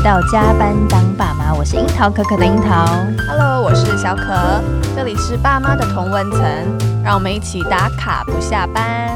到加班当爸妈，我是樱桃可可的樱桃。 Hello， 我是小可，这里是爸妈的同温层，让我们一起打卡不下班。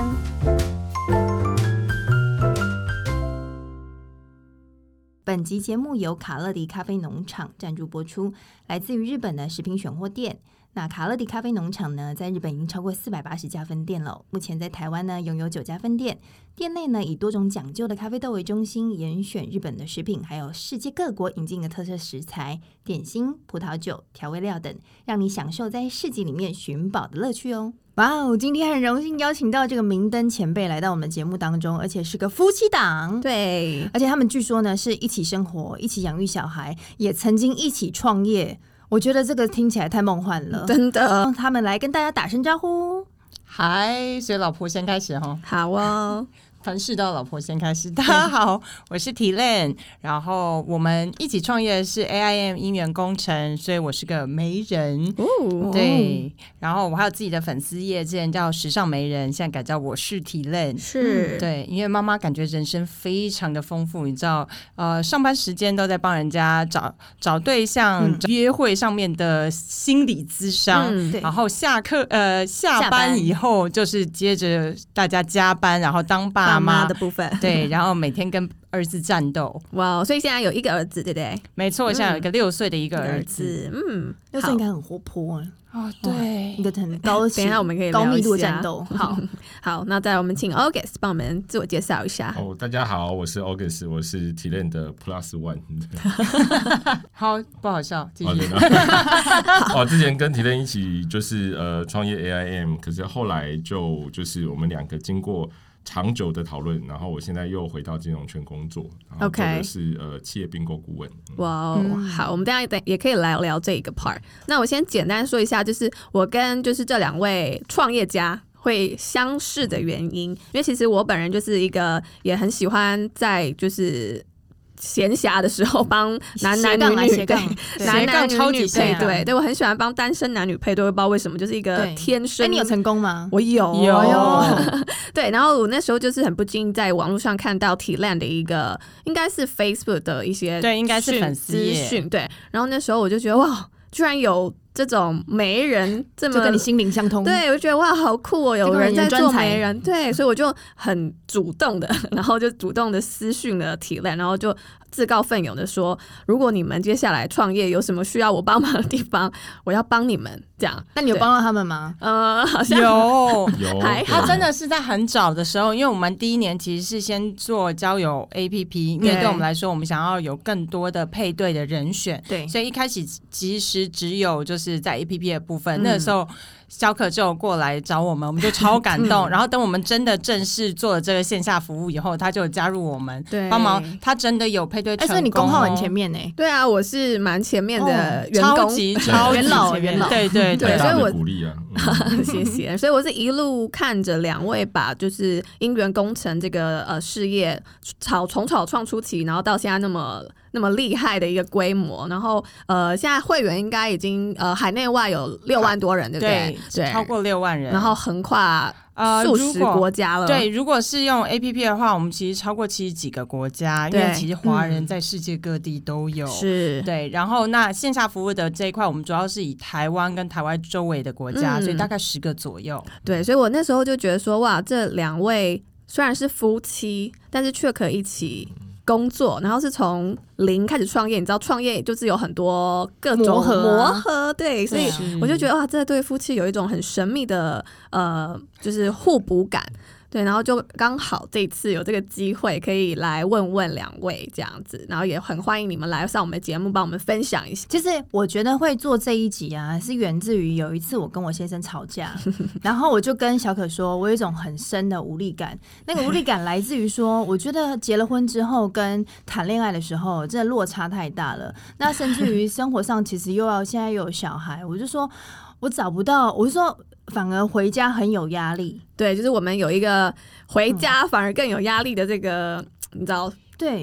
本集节目由卡乐迪咖啡农场赞助播出，来自于日本的食品选货店。那卡乐迪咖啡农场呢，在日本已经超过480家分店了。目前在台湾呢，拥有9家分店。店内呢，以多种讲究的咖啡豆为中心，严选日本的食品，还有世界各国引进的特色食材、点心、葡萄酒、调味料等，让你享受在市集里面寻宝的乐趣哦。哇哦！今天很荣幸邀请到这个明灯前辈来到我们节目当中，而且是个夫妻档。 对， 而且他们据说呢是一起生活，一起养育小孩，也曾经一起创业。我觉得这个听起来太梦幻了， 真的。 让他们来跟大家打声招呼。 嗨，所以老婆先开始哈。 好哦。 凡事都要老婆先开始。大家好，我是 Tilen， 然后我们一起创业的是 AIM 音源工程，所以我是个媒人。对，然后我还有自己的粉丝页，之前叫时尚媒人，现在改叫我是 Tilen。 是， 对，因为妈妈感觉人生非常的丰富，你知道，上班时间都在帮人家找对象，约会上面的心理咨商，然后下班以后就是接着大家加班，然后当爸妈的部分， 对，然后每天跟儿子战斗。 哇，所以现在有一个儿子，对不对？ 没错，现在有一个6岁的一个儿子。 6岁应该很活泼哦，对， 一个很高等一下我们可以高密度的战斗。 好，那再来我们请 August 帮我们自我介绍一下。 大家好，我是 August， 我是 Tilen 的 Plus One。 好，不好笑，继续。 之前跟 Tilen 一起就是创业 AIM， 可是后来就是我们2个经过长久的讨论，然后我现在又回到金融圈工作，然后做的是企业并购顾问。 哇，好，我们等一下也可以来聊这一个 part。那我先简单说一下，就是我跟就是这2位创业家会相识的原因，因为其实我本人就是一个也很喜欢在就是闲暇的时候帮男男女女男男女女配对，对我很喜欢帮单身男女配对，我不知道为什么，就是一个天生。 你有成功吗？ 我有对，然后我那时候就是很不经意在网络上看到 Tilen 的一个应该是 Facebook 的一些对，应该是粉丝资讯，对，然后那时候我就觉得哇，居然有这种媒人这么就跟你心灵相通， 对，我就觉得哇好酷哦，有人在做媒人，对，所以我就很主动的，然后就主动的私讯了Tilen，然后就自告奋勇的说，如果你们接下来创业有什么需要我帮忙的地方，我要帮你们这样。 那你有帮到他们吗？ 好像有他真的是在很早的时候，因为我们第1年其实是先做交友 APP， 因为对我们来说，我们想要有更多的配对的人选，对，所以一开始其实只有就是在 APP 的部分，那个时候小可就过来找我们就超感动。然后等我们真的正式做了这个线下服务以后，他就加入我们帮忙，他真的有配对成功。 所以你功号很前面呢？ 对啊，我是蛮前面的员工， 超元老， 对， 所以我鼓励啊， 谢谢。所以我是一路看着2位把就是音源工程这个事业从草创初期，然后到现在那么厉害的一个规模，然后现在会员应该已经海内外有6万多人，对不对？ 对，超过6万人， 然后横跨数十国家了。 对，如果是用 APP 的话，我们其实超过70几个国家，因为其实华人在世界各地都有。 是， 对。然后那线下服务的这一块，我们主要是以台湾跟台湾周围的国家，所以大概10个左右。 对，所以我那时候就觉得说，哇，这2位虽然是夫妻，但是却可以一起工作，然后是从0开始创业。你知道创业就是有很多各种磨合，对，所以我就觉得哇，这对夫妻有一种很神秘的就是互补感。对，然后就刚好这一次有这个机会可以来问问2位这样子，然后也很欢迎你们来上我们的节目帮我们分享一下。 其实我觉得会做这一集啊，是源自于有一次我跟我先生吵架然后我就跟小可说，我有一种很深的无力感。那个无力感来自于说，我觉得结了婚之后跟谈恋爱的时候真的落差太大了，那甚至于生活上其实现在又有小孩，我就说我找不到，我就说反而回家很有压力。 对，就是我们有一个回家反而更有压力的这个，你知道， 对， 一个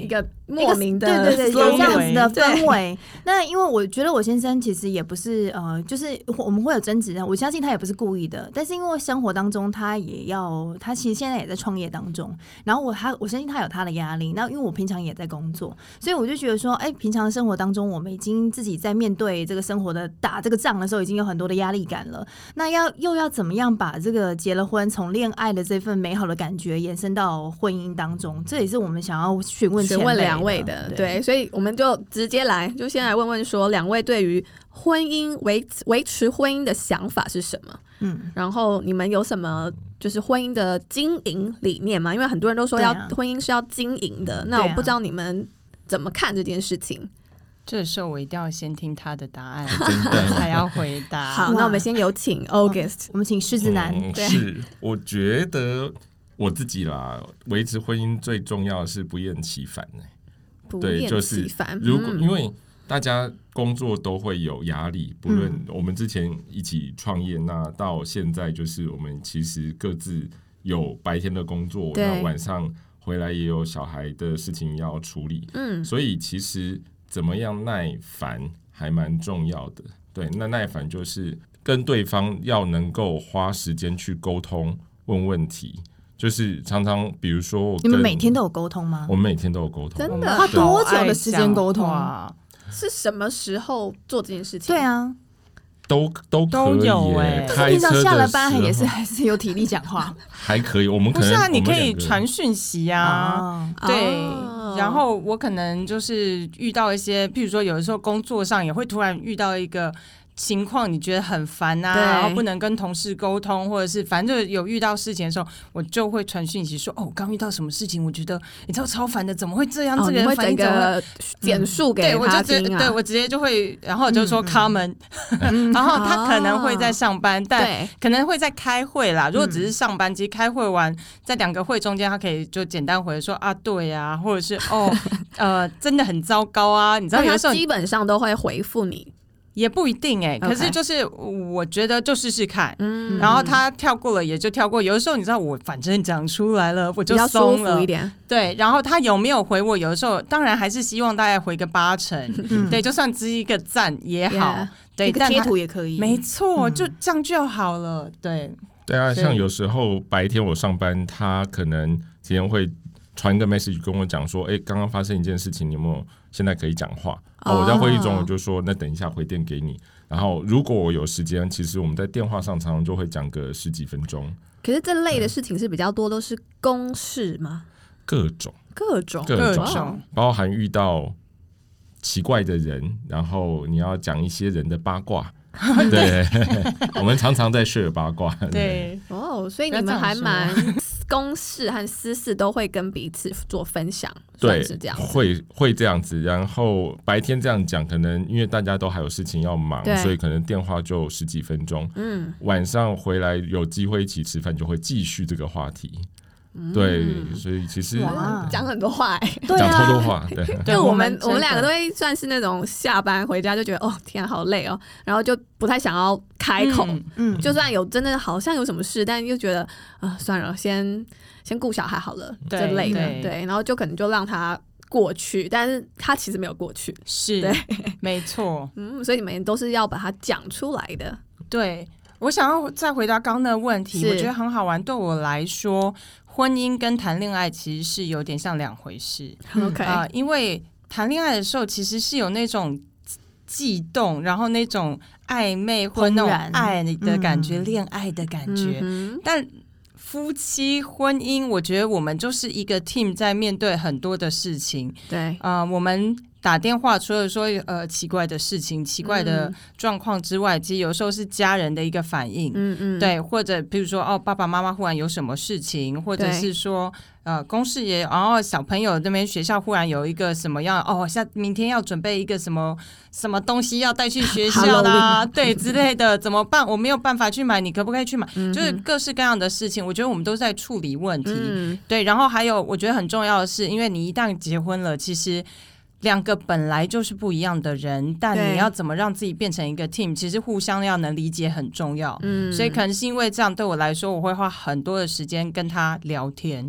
莫名的对有这样子的氛围。那因为我觉得我先生其实也不是就是我们会有争执，我相信他也不是故意的，但是因为生活当中他其实现在也在创业当中，然后我相信他有他的压力，那因为我平常也在工作，所以我就觉得说平常的生活当中我们已经自己在面对这个生活的打这个仗的时候已经有很多的压力感了，那又要怎么样把这个结了婚从恋爱的这份美好的感觉延伸到婚姻当中，这也是我们想要询问两位的。对，所以我们就直接就先来问问说，两位对于婚姻维持婚姻的想法是什么？然后你们有什么就是婚姻的经营理念吗？因为很多人都说婚姻是要经营的，那我不知道你们怎么看这件事情。 这时候我一定要先听他的答案，才要回答。 好，那我们先有请 August， 我们请狮子男。 是，我觉得我自己啦，维持婚姻最重要的是不厌其烦。对，就是如果因为大家工作都会有压力，不论我们之前一起创业，那到现在就是我们其实各自有白天的工作，那晚上回来也有小孩的事情要处理，所以其实怎么样耐烦还蛮重要的。对，那耐烦就是跟对方要能够花时间去沟通，问问题。就是常常比如说你们每天都有沟通吗？ 我们每天都有沟通。 真的？ 花多久的时间沟通啊？ 是什么时候做这件事情？ 对啊， 都可以有平常下了班还是有体力讲话， 还可以。我们可能不是啊，你可以传讯息啊，对。然后我可能就是遇到一些，譬如说有的时候工作上也会突然遇到一个情况你觉得很烦啊，然后不能跟同事沟通，或者是反正就有遇到事情的时候，我就会传讯息说我刚遇到什么事情，我觉得你知道超烦的，怎么会这样？这个人反应怎么简述给他听啊？ 对，我直接就会，然后我就说 common，然后他可能会在上班，但可能会在开会啦。如果只是上班，其实开会完在2个会中间，他可以就简单回说对啊，或者是真的很糟糕啊，你知道有的时候他基本上都会回复你。 也不一定可是就是我觉得就试试看，然后他跳过了也就跳过。有的时候你知道我反正讲出来了，我就松了，比较舒服一点。对，然后他有没有回我，有的时候当然还是希望大概回个80%，对，就算只一个赞也好，对， 一个贴图也可以， 没错，就这样就好了。对啊，像有时候白天我上班，他可能今天会传一个 message 跟我讲说，刚刚发生一件事情，你有没有现在可以讲话？我在会议中我就说，那等一下回电给你。然后如果我有时间，其实我们在电话上常常就会讲个10几分钟。 可是这类的事情是比较多都是公事吗？ 各种，包含遇到奇怪的人，然后你要讲一些人的八卦。对，我们常常在 share 八卦。 对， 所以你们还蛮公事和私事都会跟彼此做分享， 对， 是这样， 会这样子。然后白天这样讲，可能因为大家都还有事情要忙，所以可能电话就10几分钟。晚上回来有机会一起吃饭，就会继续这个话题。对，所以其实讲很多话， 讲超多话。 对，我们2个都会算是那种下班回家就觉得天啊好累然后就不太想要开口。就算有真的好像有什么事，但又觉得算了，先顾小孩好了之类的。对，然后就可能就让他过去，但是他其实没有过去。 是， 对， 没错。 所以你们都是要把它讲出来的。 对，我想要再回答刚刚的问题，我觉得很好玩。对我来说，婚姻跟谈恋爱其实是有点像2回事。因为谈恋爱的时候其实是有那种悸动，然后那种暧昧或那种爱的感觉，恋爱的感觉。但夫妻婚姻，我觉得我们就是一个 team 在面对很多的事情。 对， 我们打电话除了说奇怪的事情、奇怪的状况之外，其实有时候是家人的一个反应。对，或者比如说爸爸妈妈忽然有什么事情，或者是说公事也，然后小朋友那边学校忽然有一个什么样明天要准备一个什么东西要带去学校啦，对之类的，怎么办？我没有办法去买，你可不可以去买？就是各式各样的事情，我觉得我们都在处理问题。对，然后还有我觉得很重要的是，因为你一旦结婚了，其实2个本来就是不一样的人，但你要怎么让自己变成一个 team， 其实互相要能理解很重要。所以可能是因为这样，对我来说，我会花很多的时间跟他聊天。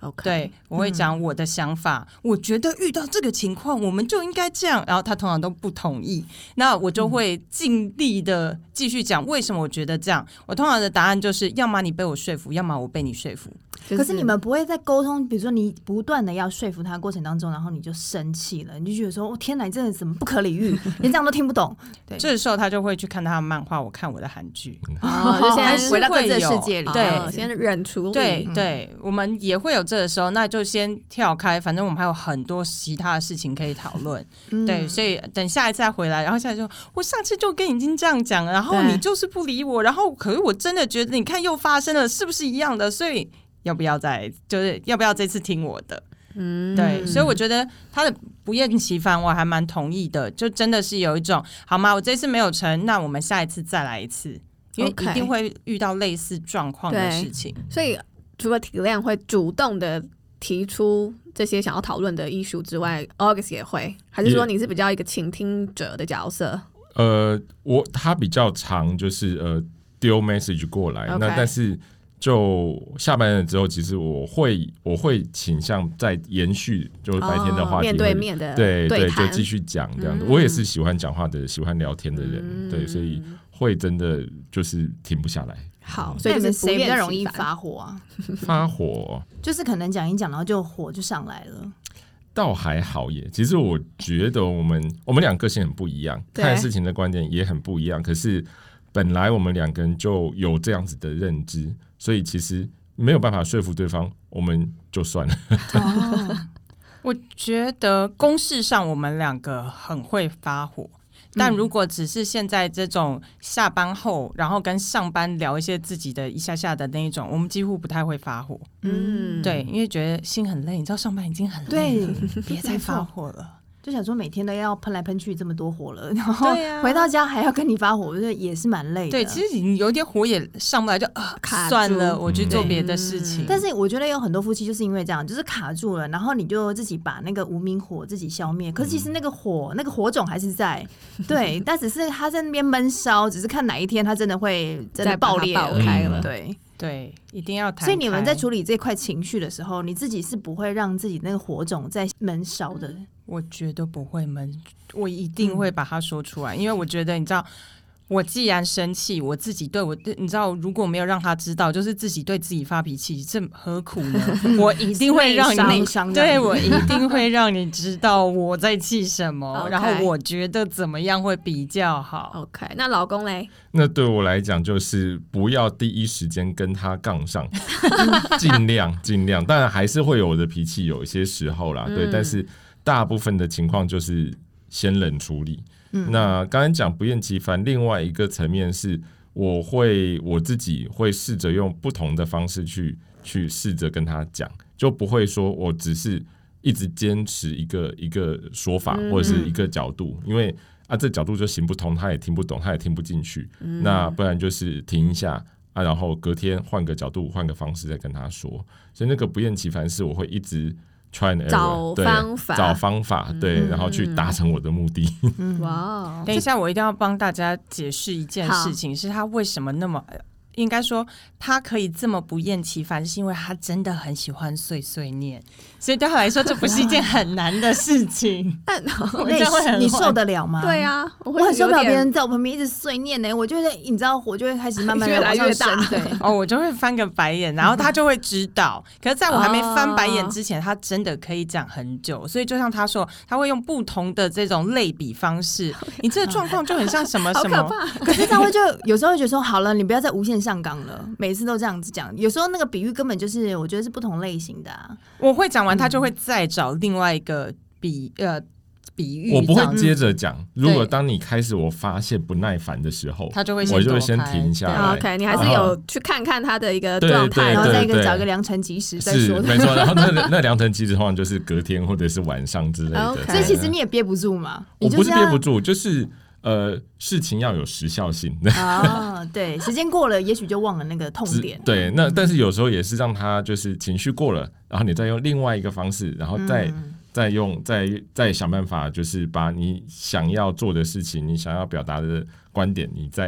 OK， 对，我会讲我的想法，我觉得遇到这个情况我们就应该这样，然后他通常都不同意，那我就会尽力的继续讲为什么我觉得这样。我通常的答案就是要么你被我说服，要么我被你说服。 可是你们不会在沟通，比如说你不断的要说服他的过程当中，然后你就生气了，你就觉得说哦天哪，你真的怎么不可理喻，连这样都听不懂。对， 这时候他就会去看他的漫画，我看我的韩剧， 就先回到各自的世界里， 对， 先忍处理。 对，我们也会有这个时候，那就先跳开，反正我们还有很多其他的事情可以讨论。对，所以等下一次再回来，然后下一次说，我上次就跟你已经这样讲了，然后你就是不理我，然后可是我真的觉得你看又发生了，是不是一样的？所以要不要这次听我的？对，所以我觉得他的不厌其烦，我还蛮同意的。就真的是有一种，好吗？我这次没有成，那我们下一次再来一次，因为一定会遇到类似状况的事情。 所以除了体谅会主动的提出这些想要讨论的issue之之外 ，August 也会，还是说你是比较一个倾听者的角色？ 他比较常就是丢 message 过来， okay. 那但是就下班了之后，其实我会倾向在延续，就是白天的话题， 面对面的对， 谈就继续讲这样子。我也是喜欢讲话的，喜欢聊天的人，对，所以会真的就是停不下来。 好，所以你们谁比较容易发火啊？ 发火就是可能讲一讲，然后就火就上来了。 倒还好耶，其实我觉得我们俩个性很不一样，看事情的观点也很不一样。可是本来我们两个人就有这样子的认知，所以其实没有办法说服对方，我们就算了。 我觉得公事上我们两个很会发火。但如果只是现在这种下班后，然后跟上班聊一些自己的一下下的那一种，我们几乎不太会发火。对，因为觉得心很累，你知道上班已经很累了，别再发火了。 就想说每天都要喷来喷去这么多火了，然后回到家还要跟你发火，我觉得也是蛮累的。 对，其实你有点火也上不来，就算了，我去做别的事情。 但是我觉得有很多夫妻就是因为这样，就是卡住了，然后你就自己把那个无名火自己消灭。可是其实那个火种还是在，对，但只是他在那边闷烧，只是看哪一天他真的会真的爆裂开了。 对，一定要谈开。 所以你们在处理这块情绪的时候，你自己是不会让自己那个火种在闷烧的。 我觉得不会闷，我一定会把它说出来，因为我觉得你知道，我既然生气，我自己对我，你知道，如果没有让他知道，就是自己对自己发脾气，这何苦呢？我一定会让你内伤， 对，我一定会让你知道我在气什么，然后我觉得怎么样会比较好。 OK， 那老公嘞？ 那对我来讲，就是不要第一时间跟他杠上，尽量，当然还是会有我的脾气，有一些时候啦，对，但是大部分的情况就是先冷处理。那刚才讲不厌其烦，另外一个层面是我自己会试着用不同的方式去试着跟他讲，就不会说我只是一直坚持一个说法或者是一个角度，因为这角度就行不通，他也听不懂，他也听不进去，那不然就是停一下然后隔天换个角度换个方式再跟他说。所以那个不厌其烦是我会一直找方法， 对，然后去达成我的目的。 哇， 等一下，我一定要帮大家解释一件事情，是他为什么那么，应该说他可以这么不厌其烦，是因为他真的很喜欢碎碎念，所以对他来说这不是一件很难的事情。 你受得了吗？ 对啊，我很受不了别人在我旁边一直碎念呢，我觉得你知道火就会开始慢慢越来越大。 对， 我就会翻个白眼，然后他就会知道。可是在我还没翻白眼之前，他真的可以讲很久。所以就像他说，他会用不同的这种类比方式，你这个状况就很像什么什么。 可是这样会就有时候会觉得说，好了，你不要再无限上纲了，每次都这样子讲。有时候那个比喻根本就是我觉得是不同类型的我会讲完，他就会再找另外一个比喻， 我不会接着讲。如果当你开始我发现不耐烦的时候， 他就会我就会先停下来。 OK， 你还是有去看看他的一个状态， 然后再找一个良辰吉时再说。 没错，然后那良辰吉时通常就是隔天或者是晚上之类的。 所以其实你也憋不住嘛。 我不是憋不住，就是事情要有时效性。 对，时间过了，也许就忘了那个痛点。 对，那但是有时候也是让他就是情绪过了，然后你再用另外一个方式，然后再想办法，就是把你想要做的事情，你想要表达的观点，你再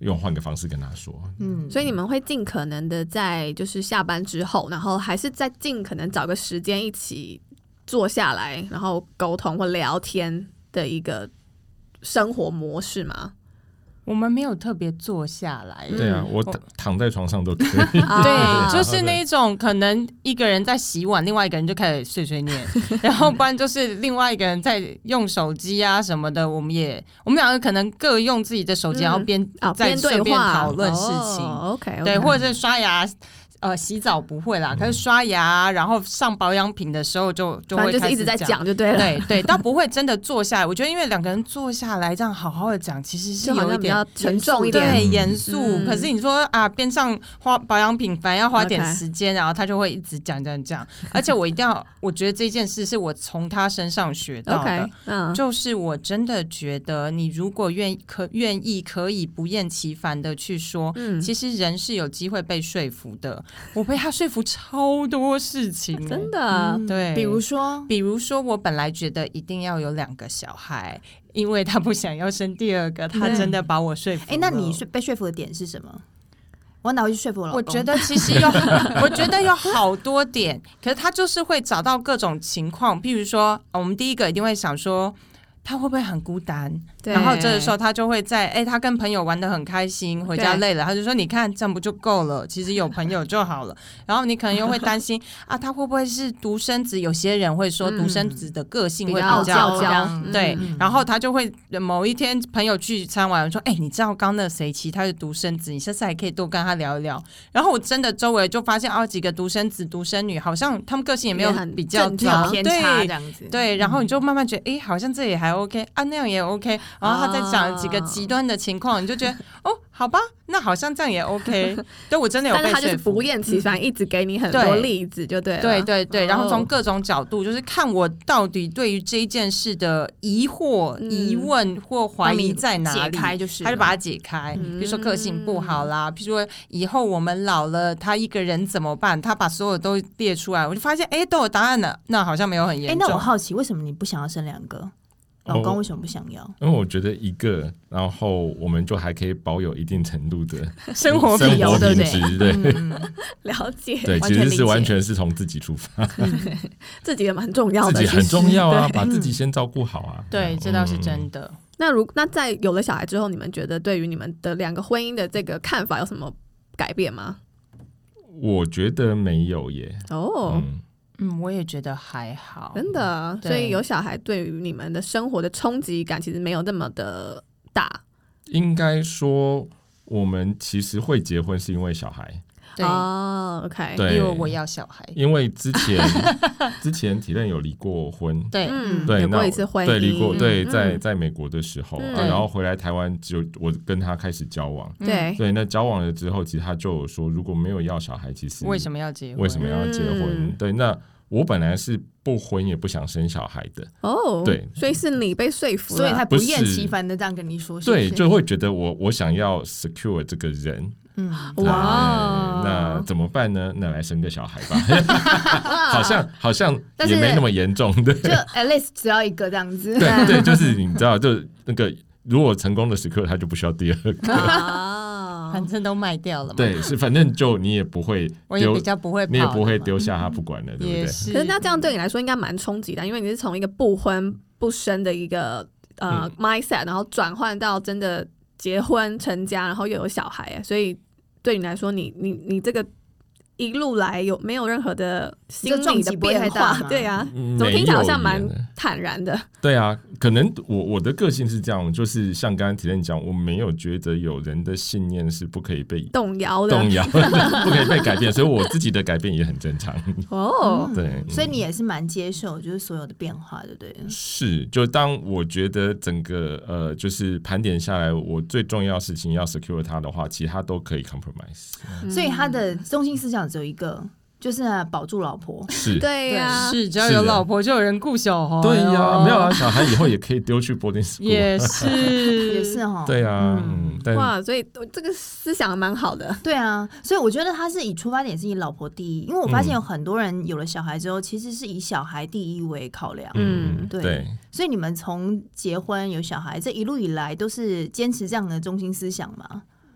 用换个方式跟他说。 所以你们会尽可能的在就是下班之后，然后还是在尽可能找个时间一起坐下来，然后沟通或聊天的一个生活模式吗？ 我们没有特别坐下来。 对啊，我躺在床上都可以。 对，就是那种可能一个人在洗碗，另外一个人就开始碎碎念，然后不然就是另外一个人在用手机啊什么的。我们两个可能各用自己的手机，然后在顺便讨论事情。 OK， 对，或者是刷牙。洗澡不会啦，可是刷牙然后上保养品的时候就会就是一直在讲就对了。 对对，倒不会真的坐下来。我觉得因为两个人坐下来这样好好的讲，其实是有一点比较沉重一点， 对，严肃。可是你说啊，边上花保养品，反正要花点时间，然后他就会一直讲。而且我觉得这件事是我从他身上学到的，就是我真的觉得你如果愿意可以不厌其烦的去说，其实人是有机会被说服的。我被他说服超多事情， 真的。 对， 比如说我本来觉得一定要有2个小孩，因为他不想要生第2个，他真的把我说服了。 那你被说服的点是什么？我哪会去说服我老公？ 我觉得其实我觉得有好多点，可是他就是会找到各种情况，譬如说，我们第一个一定会想说，他会不会很孤单？然后这个时候他就会在他跟朋友玩得很开心，回家累了，他就说你看这样不就够了，其实有朋友就好了。然后你可能又会担心啊，他会不会是独生子？有些人会说独生子的个性会比较傲娇，对。然后他就会某一天朋友聚餐完说，你知道刚那谁其实他是独生子，你下次还可以多跟他聊一聊。然后我真的周围就发现几个独生子独生女好像他们个性也没有比较偏差这样子， 对。然后你就慢慢觉得好像这也还 OK 啊，那样也 OK。然后他再讲几个极端的情况，你就觉得好吧，那好像这样也 OK。对，我真的有被说服。 但是他就是不厌其烦，一直给你很多例子，就对了。 对对对，然后从各种角度，就是看我到底对于这一件事的疑惑、疑问或怀疑在哪里， 解开就是， 他就把它解开。比如说个性不好啦，比如说以后我们老了，他一个人怎么办？他把所有都列出来，我就发现都有答案了。那好像没有很严重。 那我好奇，为什么你不想要生2个？老公为什么不想要？ 因为我觉得1个，然后我们就还可以保有一定程度的生活品质，对， 了解， 对，其实是完全是从自己出发， 自己也蛮重要的， 自己很重要啊，把自己先照顾好啊。 对，这倒是真的。 那在有了小孩之后，你们觉得对于你们的2个婚姻的这个看法有什么改变吗？ 我觉得没有耶。 我也觉得还好， 真的。所以有小孩对于你们的生活的冲击感其实没有那么的大。 应该说，我们其实会结婚是因为小孩。 对 OK， 对，因为我要小孩。 因为之前体认有离过婚， 对， 有过一次婚姻， 对，离过，对，在美国的时候，然后回来台湾，就我跟他开始交往，对，那交往了之后，其实他就有说，如果没有要小孩，其实为什么要结婚？ 为什么要结婚？对，那我本来是不婚也不想生小孩的对， 所以是你被说服了， 所以他不厌其烦的这样跟你说， 对，就会觉得我想要 secure 这个人。 哇， 那怎么办呢？那来生个小孩吧，好像也没那么严重，对， 就 at least 只要1个这样子， 对，就是你知道，就那个如果成功的时刻，他就不需要第2 个，反正都卖掉了嘛。 对，是反正就你也不会， 我也比较不会， 你也不会丢下他不管了，对不对？ 可是那这样对你来说应该蛮冲击的，因为你是从一个不婚不生的一个mindset， 然后转换到真的结婚成家，然后又有小孩，所以对你来说，你这个一路来有没有任何的心理的变化？对啊，怎么听起来好像蛮坦然的？ 对啊，可能我的个性是这样，就是像刚刚体认讲，我没有觉得有人的信念是不可以被动摇， 不可以被改变，所以我自己的改变也很正常。对， 所以你也是蛮接受，就是所有的变化，对不对？ 是，就当我觉得整个就是盘点下来，我最重要的事情要 secure 它的话，其他都可以 compromise。 所以他的中心思想只有1个。就是保住老婆， 是， 对呀， 是，只要有老婆就有人顾小孩， 对呀，没有小孩以后也可以丢去 boarding school， 也是齁， 对啊， 哇，所以这个思想蛮好的， 对啊，所以我觉得他是以出发点是以老婆第一，因为我发现有很多人有了小孩之后，其实是以小孩第一为考量，对，所以你们从结婚有小孩这一路以来都是坚持这样的中心思想吗？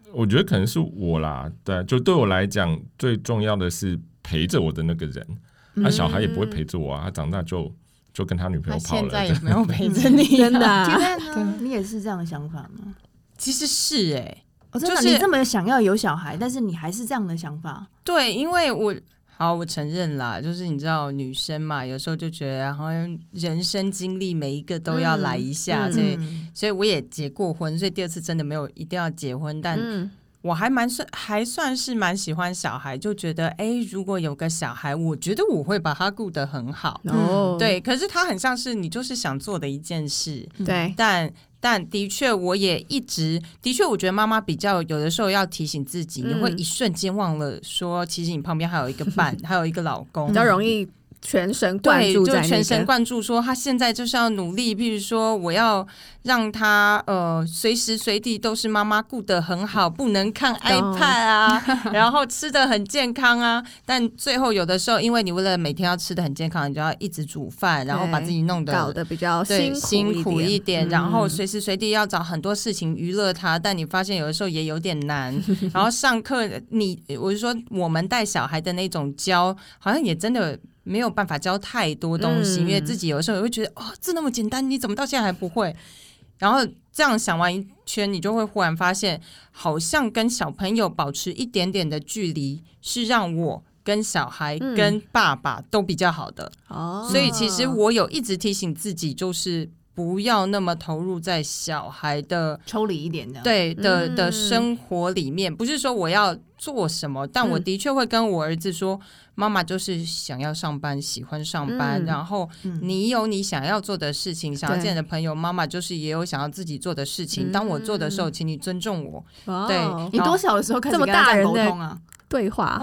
我觉得可能是我啦，对，就对我来讲最重要的是陪着我的那个人，小孩也不会陪着我啊，他长大就跟他女朋友跑了， 现在也没有陪着你， 真的啊。 现在呢，你也是这样的想法吗？ 其实是真的，你这么想要有小孩，但是你还是这样的想法？ 对，因为我承认啦，就是你知道女生嘛，有时候就觉得好像人生经历每一个都要来一下，所以我也结过婚，所以第二次真的没有一定要结婚，但我还算是蛮喜欢小孩，就觉得如果有个小孩，我觉得我会把他顾得很好。对，可是他很像是你就是想做的一件事， 对， 但的确，我也我觉得妈妈比较有的时候要提醒自己，你会一瞬间忘了说，其实你旁边还有一个伴，还有一个老公， 比较容易全神贯注在那个， 就全神贯注说他现在就是要努力，譬如说我要让他随时随地都是妈妈顾得很好，不能看 iPad 啊，然后吃得很健康啊。但最后有的时候，因为你为了每天要吃得很健康，你就要一直煮饭，然后把自己弄得搞得比较辛苦一点，然后随时随地要找很多事情娱乐他。但你发现有的时候也有点难，然后上课我就说我们带小孩的那种教，好像也真的没有办法教太多东西，因为自己有的时候也会觉得这那么简单，你怎么到现在还不会？然后这样想完一圈，你就会忽然发现，好像跟小朋友保持一点点的距离，是让我跟小孩跟爸爸都比较好的。所以其实我有一直提醒自己，就是不要那么投入在小孩的抽离一点的， 对的生活里面。不是说我要做什么，但我的确会跟我儿子说，妈妈就是想要上班，喜欢上班，然后你有你想要做的事情，想要见的朋友，妈妈就是也有想要自己做的事情。当我做的时候，请你尊重我。对， 你多小的时候开始跟他沟通啊？ 对话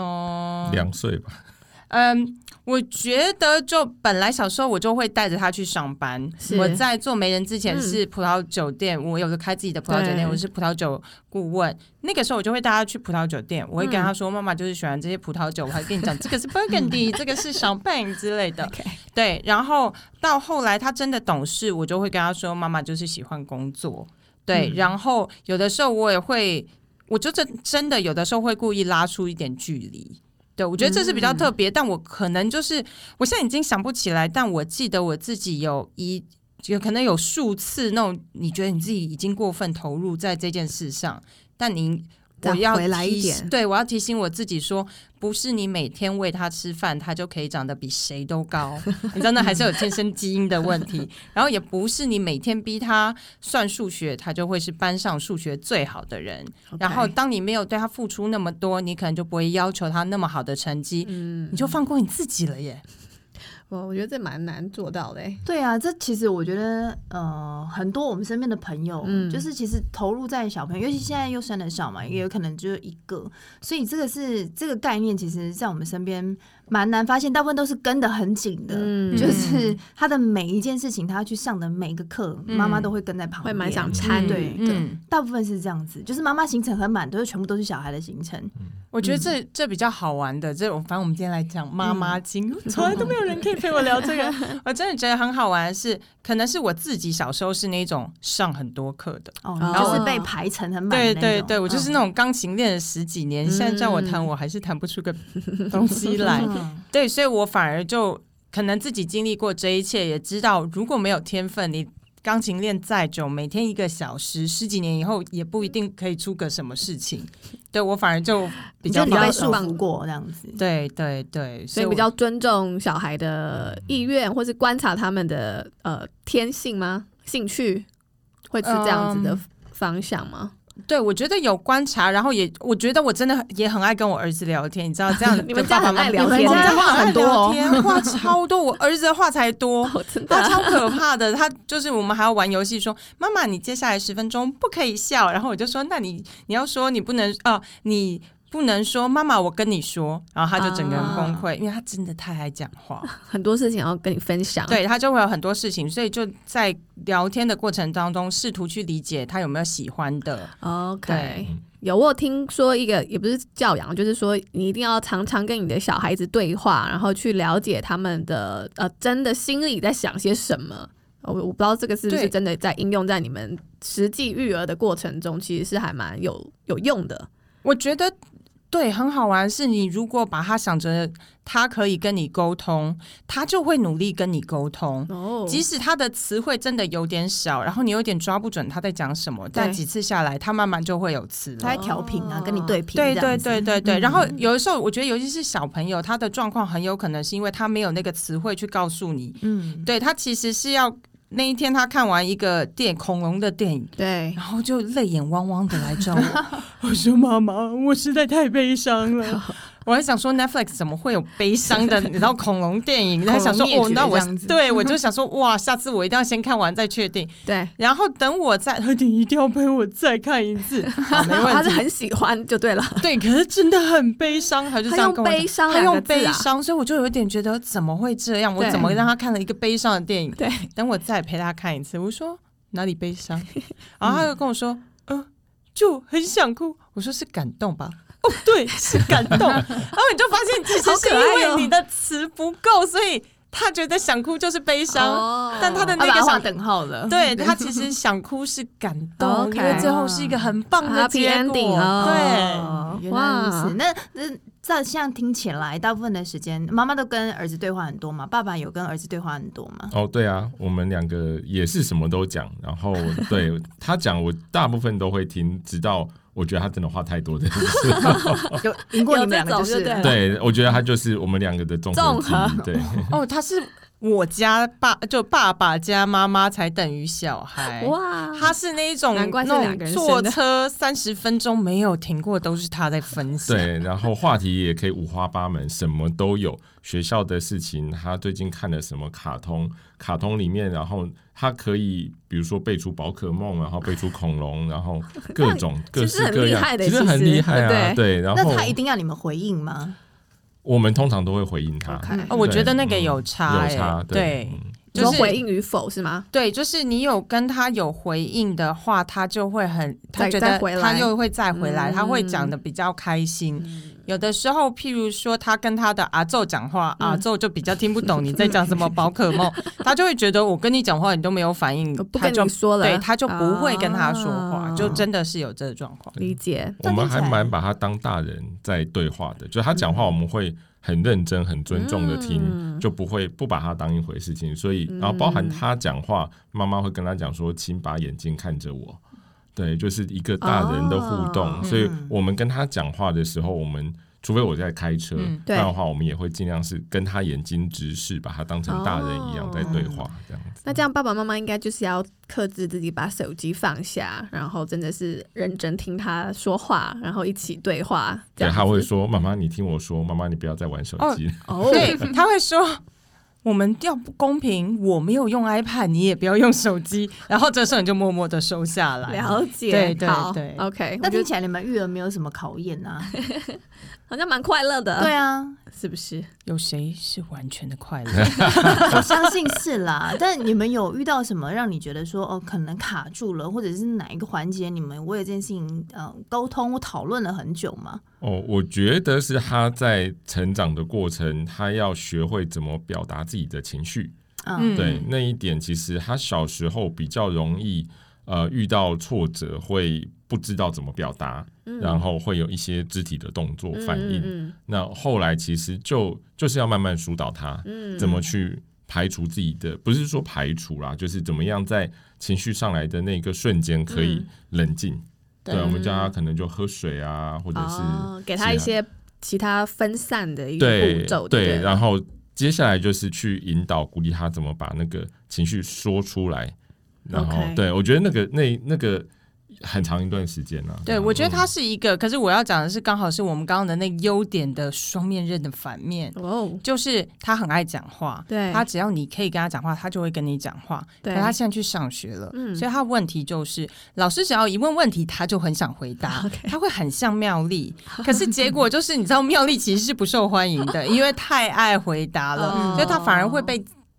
2岁吧。 我觉得就本来小时候我就会带着他去上班。我在做媒人之前是葡萄酒店，我有个开自己的葡萄酒店，我是葡萄酒顾问。那个时候我就会带他去葡萄酒店，我会跟他说，妈妈就是喜欢这些葡萄酒，我还跟你讲这个是 Burgundy 这个是 Champagne 之类的。对，然后到后来他真的懂事，我就会跟他说，妈妈就是喜欢工作。对，然后有的时候我也会，我就真的有的时候会故意拉出一点距离。对，我觉得这是比较特别，但我可能就是我现在已经想不起来，但我记得我自己有可能有数次那种你觉得你自己已经过分投入在这件事上，但我要回来一点， 对，我要提醒我自己说，不是你每天喂他吃饭，他就可以长得比谁都高，你真的还是有天生基因的问题。然后也不是你每天逼他算数学，他就会是班上数学最好的人。然后当你没有对他付出那么多，你可能就不会要求他那么好的成绩，你就放过你自己了耶。 我觉得这蛮难做到的。 对啊，这其实我觉得很多我们身边的朋友，就是其实投入在小朋友，尤其现在又生得少嘛，也有可能只有一个，所以这个概念，其实在我们身边蛮难发现，大部分都是跟得很紧的，就是他的每一件事情，他要去上的每一个课，妈妈都会跟在旁边， 会蛮想参与。 对，大部分是这样子，就是妈妈行程很满，全部都是小孩的行程。 我觉得这比较好玩的，反正我们今天来讲妈妈经，从来都没有人可以陪我聊这个。我真的觉得很好玩的是，可能是我自己小时候是那种上很多课的， 然后就是被排程很满的那种。 对对对，我就是那种钢琴练了10几年，现在叫我弹，我还是弹不出个东西来。对，所以我反而就可能自己经历过这一切，也知道如果没有天分，你钢琴练再久，每天1个小时，10几年以后也不一定可以出个什么事情。对，我反而就比较被束缚过这样子。 对对对， 所以比较尊重小孩的意愿，或是观察他们的天性吗？兴趣会是这样子的方向吗？ 对，我觉得有观察，然后我觉得我真的也很爱跟我儿子聊天，你知道这样你们家很爱聊天， 我们家话很多，话超多，我儿子的话才多，他超可怕的。他就是我们还要玩游戏，说妈妈，你接下来10分钟不可以笑，然后我就说，那你要说你不能你不能说妈妈我跟你说，然后他就整个人崩溃，因为他真的太爱讲话， 很多事情要跟你分享， 对，他就会有很多事情，所以就在聊天的过程当中试图去理解他有没有喜欢的。 OK， 我有听说一个也不是教养，就是说你一定要常常跟你的小孩子对话，然后去了解他们的真的心里在想些什么。我不知道这个是不是真的在应用在你们实际育儿的过程中，其实是还蛮有用的。 我觉得对，很好玩是你如果把他想着他可以跟你沟通，他就会努力跟你沟通，即使他的词汇真的有点少，然后你有点抓不准他在讲什么，但几次下来他慢慢就会有词了， 他在调频啊，跟你对频。 对，然后有的时候我觉得尤其是小朋友，他的状况很有可能是因为他没有那个词汇去告诉你，对，他其实是要那一天他看完一个恐龙的电影， 对， 然后就泪眼汪汪的来找我我说妈妈，我实在太悲伤了我还想说 Netflix 怎么会有悲伤的你知道恐龙电影，还想说那我就想说哇，下次我一定要先看完再确定， 对， 然后等我再你一定要陪我再看一次好没问题， 他是很喜欢就对了， 对，可是真的很悲伤，他就这样跟我讲，他用悲伤， 所以我就有点觉得怎么会这样，我怎么让他看了一个悲伤的电影， 对，等我再陪他看一次，我说哪里悲伤然后他就跟我说就很想哭，我说是感动吧对，是感动然后你就发现其实是因为你的词不够，所以他觉得想哭就是悲伤但他的那个画等号了， 对，他其实想哭是感动因为最后是一个很棒的结果对，原来如此。那这像听起来大部分的时间妈妈都跟儿子对话很多嘛，爸爸有跟儿子对话很多吗？ 对啊，我们两个也是什么都讲，然后对他讲我大部分都会听，直到我觉得他真的话太多的有赢过你们两个就是对，我觉得他就是我们两个的综合对他是我家爸爸加妈妈才等于小孩哇，他是那种坐车30分钟没有停过都是他在分享， 对，然后话题也可以五花八门，什么都有，学校的事情，他最近看了什么卡通里面，然后他可以比如说背出宝可梦，然后背出恐龙，然后各种各式各样， 其实很厉害啊，对，然后那他一定要你们回应吗？ 我们通常都会回应他我觉得那个有差对就是回应与否是吗？ 对，就是你有跟他有回应的话，他就会他觉得他又会再回来，他会讲的比较开心有的时候譬如说他跟他的阿祖讲话，阿祖就比较听不懂你在讲什么宝可梦他就会觉得我跟你讲话你都没有反应， 不跟你说了， 对，他就不会跟他说话就真的是有这个状况。 理解， 我们还蛮把他当大人在对话的，就他讲话我们会很认真很尊重的听就不把他当一回事情，所以然后包含他讲话妈妈会跟他讲说请把眼睛看着我，对，就是一个大人的互动所以我们跟他讲话的时候，我们除非我在开车不然的话我们也会尽量是跟他眼睛直视，把他当成大人一样在对话这样子。 那这样爸爸妈妈应该就是要克制自己，把手机放下，然后真的是认真听他说话，然后一起对话。 对，他会说妈妈你听我说，妈妈你不要再玩手机对，他会说我们要不公平，我没有用 iPad 你也不要用手机然后这时候你就默默的收下来。 了解， 对对对 OK。 那听起来你们育儿没有什么考验啊好像蛮快乐的。 对啊， 是不是？ 有谁是完全的快乐我相信是啦但你们有遇到什么让你觉得说可能卡住了，或者是哪一个环节你们为了这件事情沟通或讨论了很久吗？ 我觉得是他在成长的过程，他要学会怎么表达自己的情绪对，那一点其实他小时候比较容易遇到挫折会不知道怎么表达然后会有一些肢体的动作反应那后来其实就是要慢慢疏导他怎么去排除自己的，不是说排除啦，就是怎么样在情绪上来的那个瞬间可以冷静对，我们叫他可能就喝水啊，或者是给他一些其他分散的一个步骤对，然后接下来就是去引导鼓励他怎么把那个情绪说出来然后对，我觉得那个很长一段时间对，我觉得它是一个可是我要讲的是刚好是我们刚刚的那优点的双面刃的反面就是他很爱讲话，对，他只要你可以跟他讲话他就会跟你讲话，可他现在去上学了所以他问题就是老师只要一问问题他就很想回答他会很像妙丽可是结果就是你知道妙丽其实是不受欢迎的因为太爱回答了所以他反而会被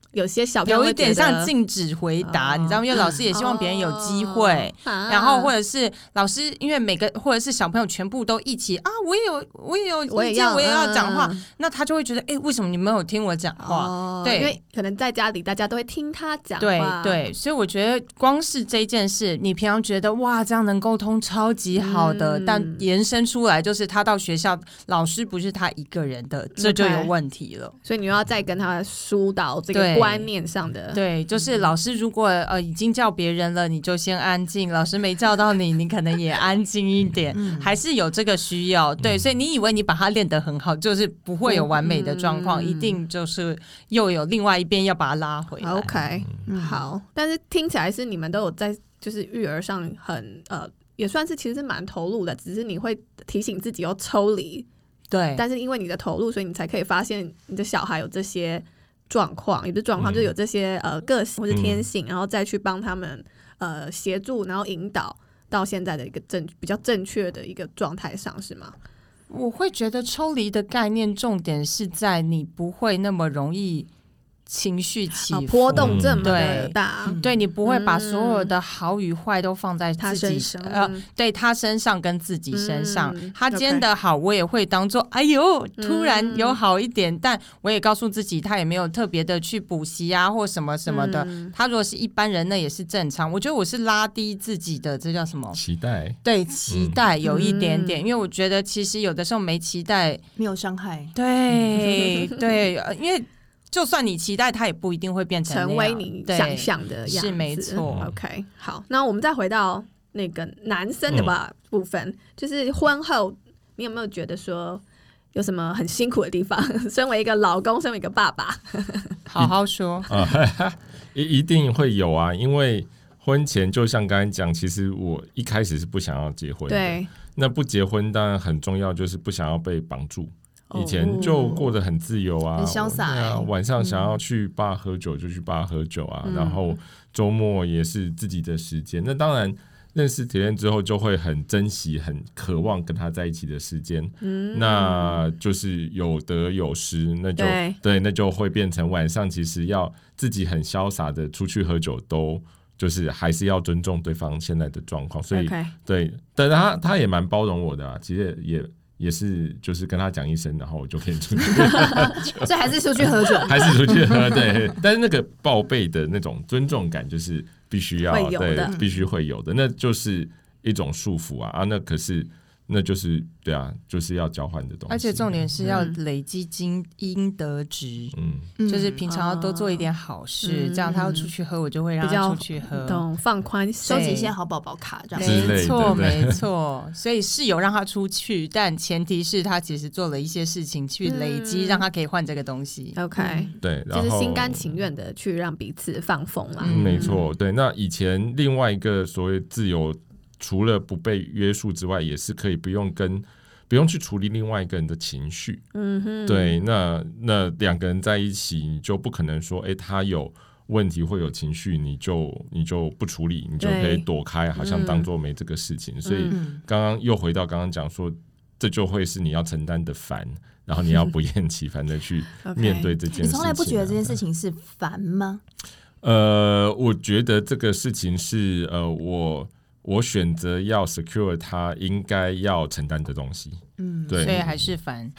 有些小朋友有一点像禁止回答，你知道吗？因为老师也希望别人有机会，然后或者是老师因为每个或者是小朋友全部都一起啊，我也有意见，我也要讲话，那他就会觉得为什么你没有听我讲话？对， 因为可能在家里大家都会听他讲话， 对，所以我觉得光是这件事，你平常觉得哇这样能沟通超级好的，但延伸出来就是他到学校老师不是他一个人的，这就有问题了。 所以你又要再跟他疏导这个观念上的， 对，就是老师如果已经叫别人了，你就先安静；老师没叫到你，你可能也安静一点，还是有这个需要。对，所以你以为你把它练得很好，就是不会有完美的状况，一定就是又有另外一边要把它拉回来。 OK，好，但是听起来是你们都有在就是育儿上很也算是其实是蛮投入的，只是你会提醒自己要抽离。 对， 但是因为你的投入，所以你才可以发现你的小孩有这些状况，也不是状况，就是有这些个性或是天性，然后再去帮他们协助，然后引导到现在的一个比较正确的一个状态上，是吗？ 我会觉得抽离的概念重点是在你不会那么容易情绪起伏波动这么的大， 对，你不会把所有的好与坏都放在自己对他身上跟自己身上，他今天的好我也会当做哎呦突然有好一点，但我也告诉自己他也没有特别的去补习啊或什么什么的，他如果是一般人那也是正常。我觉得我是拉低自己的这叫什么期待， 对，期待有一点点，因为我觉得其实有的时候没期待没有伤害， 对对，因为就算你期待，它也不一定会变成为你想象的样子， 是没错。 OK， 好，那我们再回到那个男生的部分，就是婚后，你有没有觉得说有什么很辛苦的地方？身为一个老公，身为一个爸爸， 好好说。 一定会有啊，因为婚前就像刚才讲，其实我一开始是不想要结婚的， 对， 那不结婚当然很重要，就是不想要被绑住。以前就过得很自由啊， 很潇洒晚上想要去bar喝酒就去bar喝酒啊，然后周末也是自己的时间。那当然认识铁链之后，就会很珍惜、很渴望跟他在一起的时间。那就是有得有失，那就对，那就会变成晚上其实要自己很潇洒的出去喝酒，都就是还是要尊重对方现在的状况。所以对，但他也蛮包容我的啊，其实也是，就是跟他讲一声，然后我就可以出去， 所以还是出去喝酒， 还是出去喝，对。但是那个报备的那种尊重感，就是必须要，对，必须会有的，那就是一种束缚啊，那可是。那就是对啊，就是要交换的东西， 而且重点是要累积阴德值，就是平常要多做一点好事，这样他要出去喝，我就会让他出去喝， 懂放宽心， 收集一些好宝宝卡，这样没错没错。所以是有让他出去，但前提是他其实做了一些事情去累积，让他可以换这个东西。 OK， 对， 就是心甘情愿的去让彼此放风啦。 没错，对。那以前另外一个所谓自由。除了不被约束之外，也是可以不用去处理另外一个人的情绪。对，那两个人在一起，你就不可能说，他有问题会有情绪，你就不处理，你就可以躲开，好像当作没这个事情。所以刚刚又回到刚刚讲说，这就会是你要承担的烦，然后你要不厌其烦的去面对这件事情。你从来不觉得这件事情是烦吗？ 我觉得这个事情是我选择要 secure 他应该要承担的东西，对， 所以还是烦，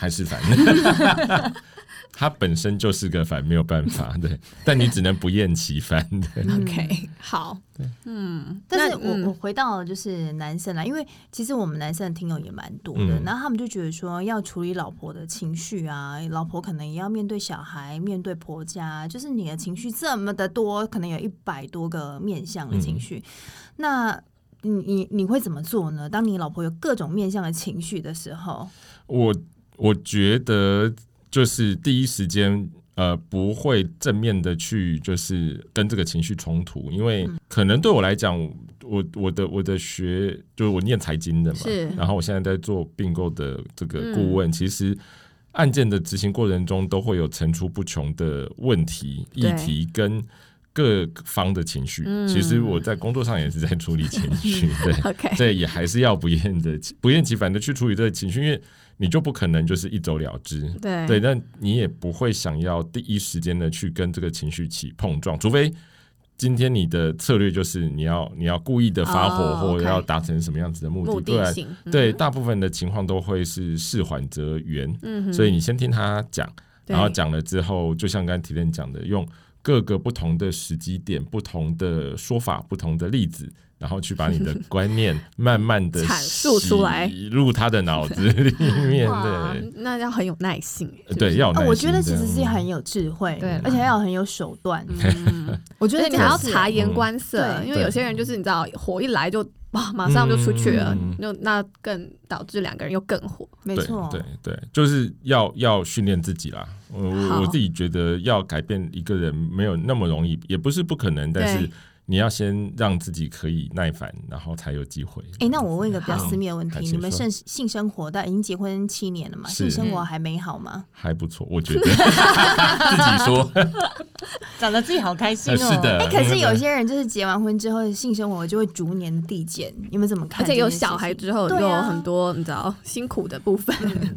他本身就是个烦，没有办法，对，但你只能不厌其烦，对。 OK， 好， 但是我回到就是男生啦，因为其实我们男生的听友也蛮多的，然后他们就觉得说要处理老婆的情绪啊，老婆可能也要面对小孩，面对婆家，就是你的情绪这么的多，可能有100多个面向的情绪，那你会怎么做呢？当你老婆有各种面向的情绪的时候， 我觉得就是第一时间不会正面的去就是跟这个情绪冲突，因为可能对我来讲，我的学就是我念财经的嘛，然后我现在在做并购的这个顾问，其实案件的执行过程中都会有层出不穷的问题议题跟各方的情绪。其实我在工作上也是在处理情绪，对， okay. 所以也还是要不厌其烦的去处理这个情绪，因为你就不可能就是一走了之，对，但你也不会想要第一时间的去跟这个情绪起碰撞，除非今天你的策略就是你要故意的发火，或者要达成什么样子的目的，不然对大部分的情况都会是事缓则圆，所以你先听他讲，然后讲了之后，就像刚才体验讲的，用各个不同的时机点、不同的说法、不同的例子，然后去把你的观念慢慢的阐述出来， 入他的脑子里面。对， 那要很有耐心， 对，要有耐心。 我觉得其实是很有智慧，对，而且要很有手段。我觉得你还要察言观色，因为有些人就是你知道，火一来就哇，马上就出去了，那更导致两个人又更火。 没错， 对，就是要训练自己啦。我自己觉得要改变一个人没有那么容易，也不是不可能，但是你要先让自己可以耐烦，然后才有机会。 那我问一个比较私密的问题，你们性生活已经结婚7年了嘛？性生活还美好吗？ 还不错，我觉得。自己说， 讲得自己好开心哦。 是的。 可是有些人就是结完婚之后，性生活就会逐年递减，你们怎么看？ 而且有小孩之后，又有很多你知道辛苦的部分。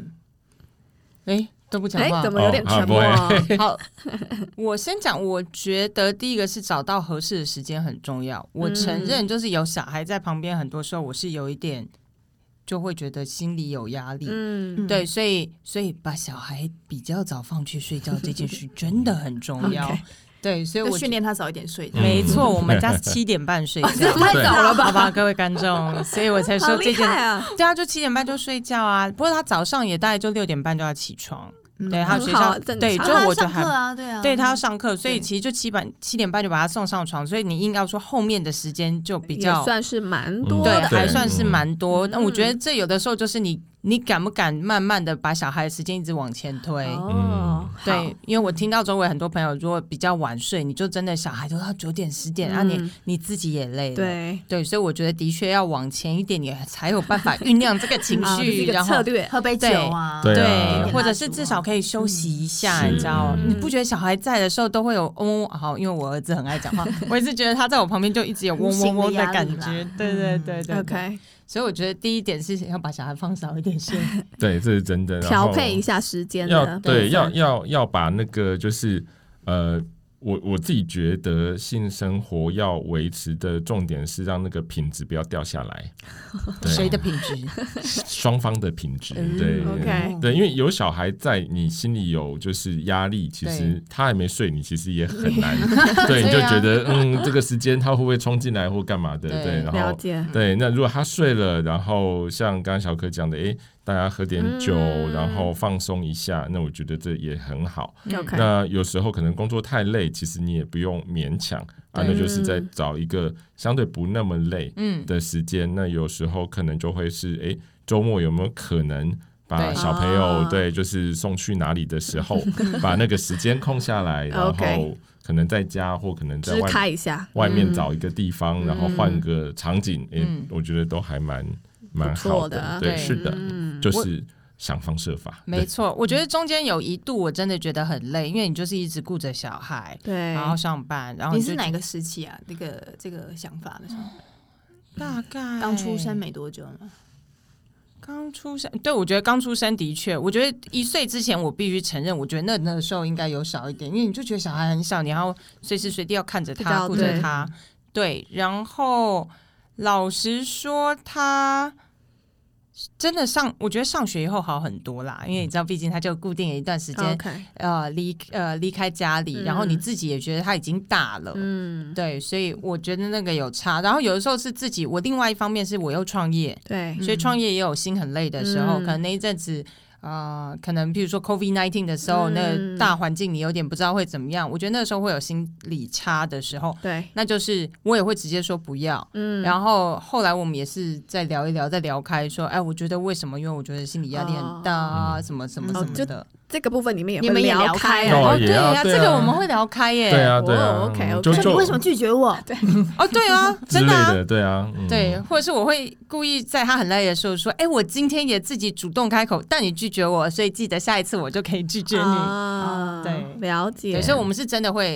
都不讲话， 怎么有点沉默？ 好，我先讲。我觉得第一个是找到合适的时间很重要。我承认，就是有小孩在旁边，很多时候我是有一点就会觉得心里有压力。对，所以把小孩比较早放去睡觉这件事真的很重要。对，所以我训练他早一点睡。 没错，我们家7点半睡觉， 太早了吧？ 好吧，各位观众，所以我才说这件。对啊，就7点半就睡觉啊。不过他早上也大概就6点半就要起床。对，他学校对，就我觉得还对他要上课，所以其实就7点半就把他送上床，所以你硬要说后面的时间就比较也算是蛮多的， 对，还算是蛮多。那我觉得这有的时候就是你敢不敢慢慢的把小孩的时间一直往前推？对，因为我听到周围很多朋友如果比较晚睡，你就真的小孩都到9点10点，然后你自己也累了。对，所以我觉得的确要往前一点，你才有办法酝酿这个情绪，然后策略喝杯酒啊， 对，或者是至少可以休息一下，你知道？你不觉得小孩在的时候都会有好，因为我儿子很爱讲话，我一直觉得他在我旁边就一直有嗡嗡嗡的感觉。对 ，OK。 所以我觉得第一点是要把小孩放少一点睡， 对，这是真的。 调配一下时间的， 对，要把那个就是我自己觉得性生活要维持的重点是让那个品质不要掉下来。 谁的品质？ 双方的品质。对， OK， 对，因为有小孩在，你心里有就是压力，其实他还没睡，你其实也很难。对，你就觉得这个时间他会不会冲进来或干嘛的？对，然后对，那如果他睡了，然后像刚刚小可讲的，大家喝点酒，然后放松一下，那我觉得这也很好。那有时候可能工作太累，其实你也不用勉强那就是在找一个相对不那么累的时间。那有时候可能就会是周末有没有可能把小朋友对就是送去哪里的时候，把那个时间空下来，然后可能在家或可能在外面找一个地方，然后换个场景，我觉得都还蛮好的。对，是的，就是想方设法。 没错，我觉得中间有一度我真的觉得很累，因为你就是一直顾着小孩，对，然后上班，然后你是哪个时期啊？这个想法的时候， 大概刚出生没多久吗？ 刚出生，对，我觉得刚出生的确，我觉得1岁之前我必须承认，我觉得那个时候应该有少一点，因为你就觉得小孩很小，你要随时随地要看着他，顾着他，对。然后老实说，他真的我觉得上学以后好很多啦，因为你知道，毕竟他就固定了一段时间，离开家里，然后你自己也觉得他已经大了，对，所以我觉得那个有差。然后有的时候是自己，我另外一方面是我又创业，对，所以创业也有心很累的时候，可能那一阵子。可能比如说 COVID-19 的时候，那个大环境你有点不知道会怎么样，我觉得那个时候会有心理差的时候，对，那就是我也会直接说不要，然后后来我们也是再聊一聊，再聊开说，我觉得为什么？因为我觉得心理压力很大，什么什么什么的。 这个部分你们也会聊开对啊，这个我们会聊开耶。 对啊 ，OK， 你为什么拒绝我？ 对，对啊，真的啊， 对啊， 对，或者是我会故意在他很累的时候说，我今天也自己主动开口，但你拒绝我，所以记得下一次我就可以拒绝你。 对，了解。 所以我们是真的会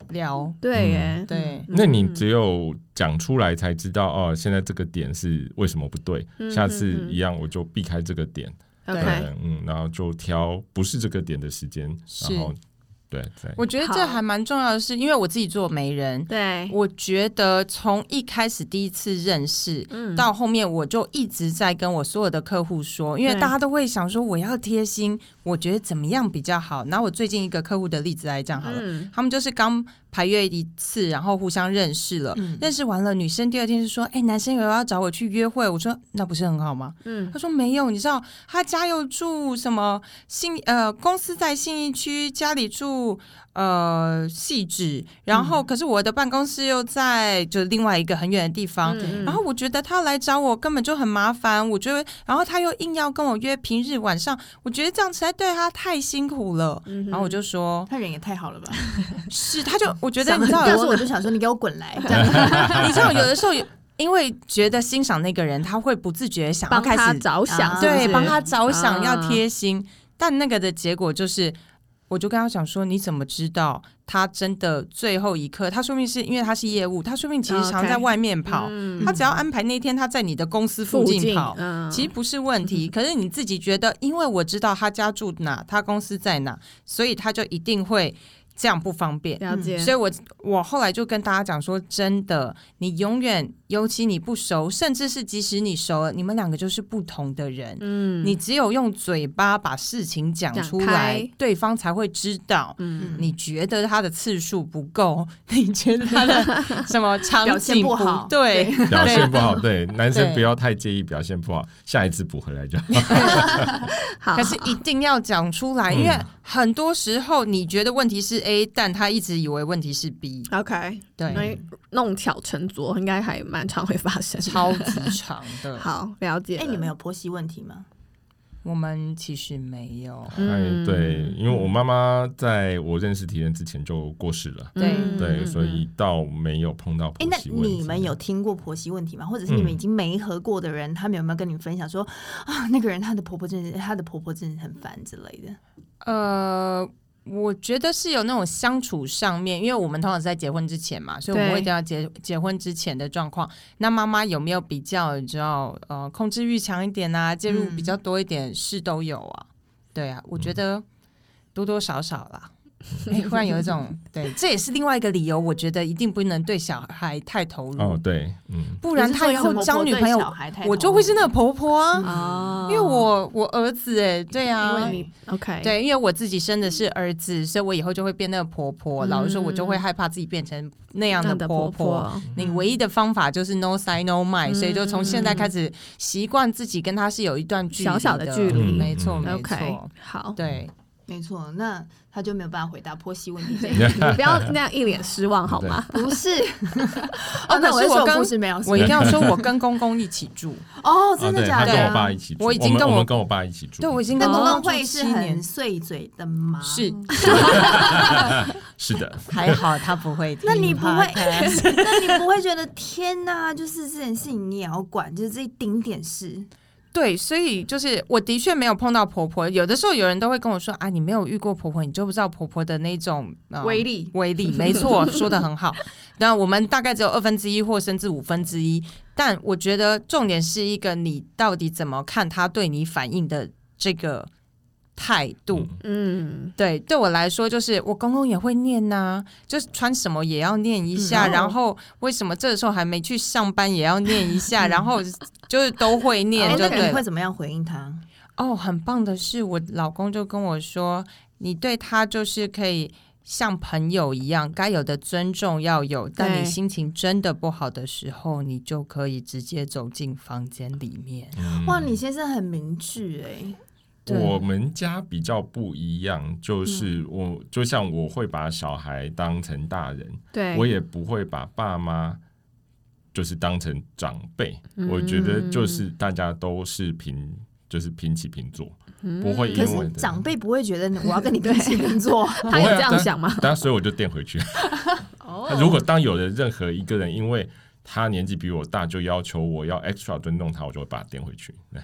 聊。 对耶， 对。 那你只有讲出来才知道哦，现在这个点是为什么不对，下次一样我就避开这个点。 对， 然后就挑不是这个点的时间，然后对， 我觉得这还蛮重要的是，因为我自己做媒人， 对， 我觉得从一开始第一次认识，到后面我就一直在跟我所有的客户说，因为大家都会想说我要贴心，我觉得怎么样比较好。拿我最近一个客户的例子来讲好了，他们就是刚排约一次，然后互相认识了，认识完了，女生第二天就说：“男生有要找我去约会。”我说：“那不是很好吗？”他说：“没有，你知道他家又住什么公司在信义区，家里住汐止，然后可是我的办公室又在就另外一个很远的地方，然后我觉得他来找我根本就很麻烦，我觉得，然后他又硬要跟我约平日晚上，我觉得这样实在对他太辛苦了。然后我就说， 他人也太好了吧？ 是，他就我觉得你知道， 但是我就想说，你给我滚来！ 你知道，有的时候因为觉得欣赏那个人，他会不自觉想要开始帮他着想， 对，帮他着想，要贴心，但那个的结果就是。我就跟他讲说，你怎么知道他真的最后一刻？他说明是因为他是业务，他说明其实常在外面跑，他只要安排那天他在你的公司附近跑，其实不是问题。可是你自己觉得，因为我知道他家住哪，他公司在哪，所以他就一定会这样不方便。 了解。 所以我后来就跟大家讲说，真的，你永远，尤其你不熟，甚至是即使你熟了，你们两个就是不同的人。你只有用嘴巴把事情讲出来，对方才会知道。你觉得他的次数不够，你觉得他的什么场景不好，对， 表现不好，对，男生不要太介意表现不好，下一次补回来就好。可是一定要讲出来，因为很多时候你觉得问题是 A， 但他一直以为问题是 B。OK， 对，弄巧成拙应该还蛮常会发生， 超级长的。 好，了解。 你们有婆媳问题吗？ 我们其实没有。 对，因为我妈妈在我认识体人之前就过世了，对，所以倒没有碰到婆媳问题。 那你们有听过婆媳问题吗？或者是你们已经没合过的人，他们有没有跟你们分享说啊，那个人他的婆婆真的很烦之类的？ 我觉得是有那种相处上面，因为我们通常是在结婚之前嘛，所以我们会调结婚之前的状况。那妈妈有没有比较你知道控制欲强一点啊，介入比较多一点，是都有啊。对啊，我觉得多多少少啦。忽然有一种对，这也是另外一个理由，我觉得一定不能对小孩太投入。 对， 不然他以后交女朋友，我就会是那个婆婆啊。因为我儿子对啊， 因为你 OK， 对，因为我自己生的是儿子，所以我以后就会变那个婆婆。老实说，我就会害怕自己变成那样的婆婆。你唯一的方法就是 no say no mind，所以就从现在开始习惯自己跟他是有一段距离小小的距离， 没错没错。好， 对。 没错，那他就没有办法回答婆媳问题。 你不要那样一脸失望好吗？ 不是， 那我说故事没有， 我一定要说，我跟公公一起住。 真的假的？ 他跟我爸一起住， 我已经跟我爸一起住。 对，我已经跟公公会是很碎嘴的吗？ 是， 是的， 还好他不会听。 那你不会觉得天哪？就是这件事情你也要管，就是这一丁点事。 对，所以就是我的确没有碰到婆婆。有的时候有人都会跟我说啊，你没有遇过婆婆，你就不知道婆婆的那种威力。 没错，说得很好。那我们大概只有1/2或甚至1/5，但我觉得重点是一个你到底怎么看他对你反应的这个态度。对我来说，就是我公公也会念啊，就是穿什么也要念一下，然后为什么这个时候还没去上班也要念一下，然后就是都会念。就对。 你会怎么样回应他？ 很棒的是，我老公就跟我说，你对他就是可以像朋友一样，该有的尊重要有，但你心情真的不好的时候，你就可以直接走进房间里面。 哇，你先生很明智我们家比较不一样，就是就像我会把小孩当成大人，我也不会把爸妈就是当成长辈。我觉得就是大家都是平起平坐，不会因为。 可是长辈不会觉得我要跟你平起平坐， 他有这样想吗？ 所以我就垫回去。如果当有的任何一个人因为他年纪比我大，就要求我要 extra 尊重他，我就会把他垫回去。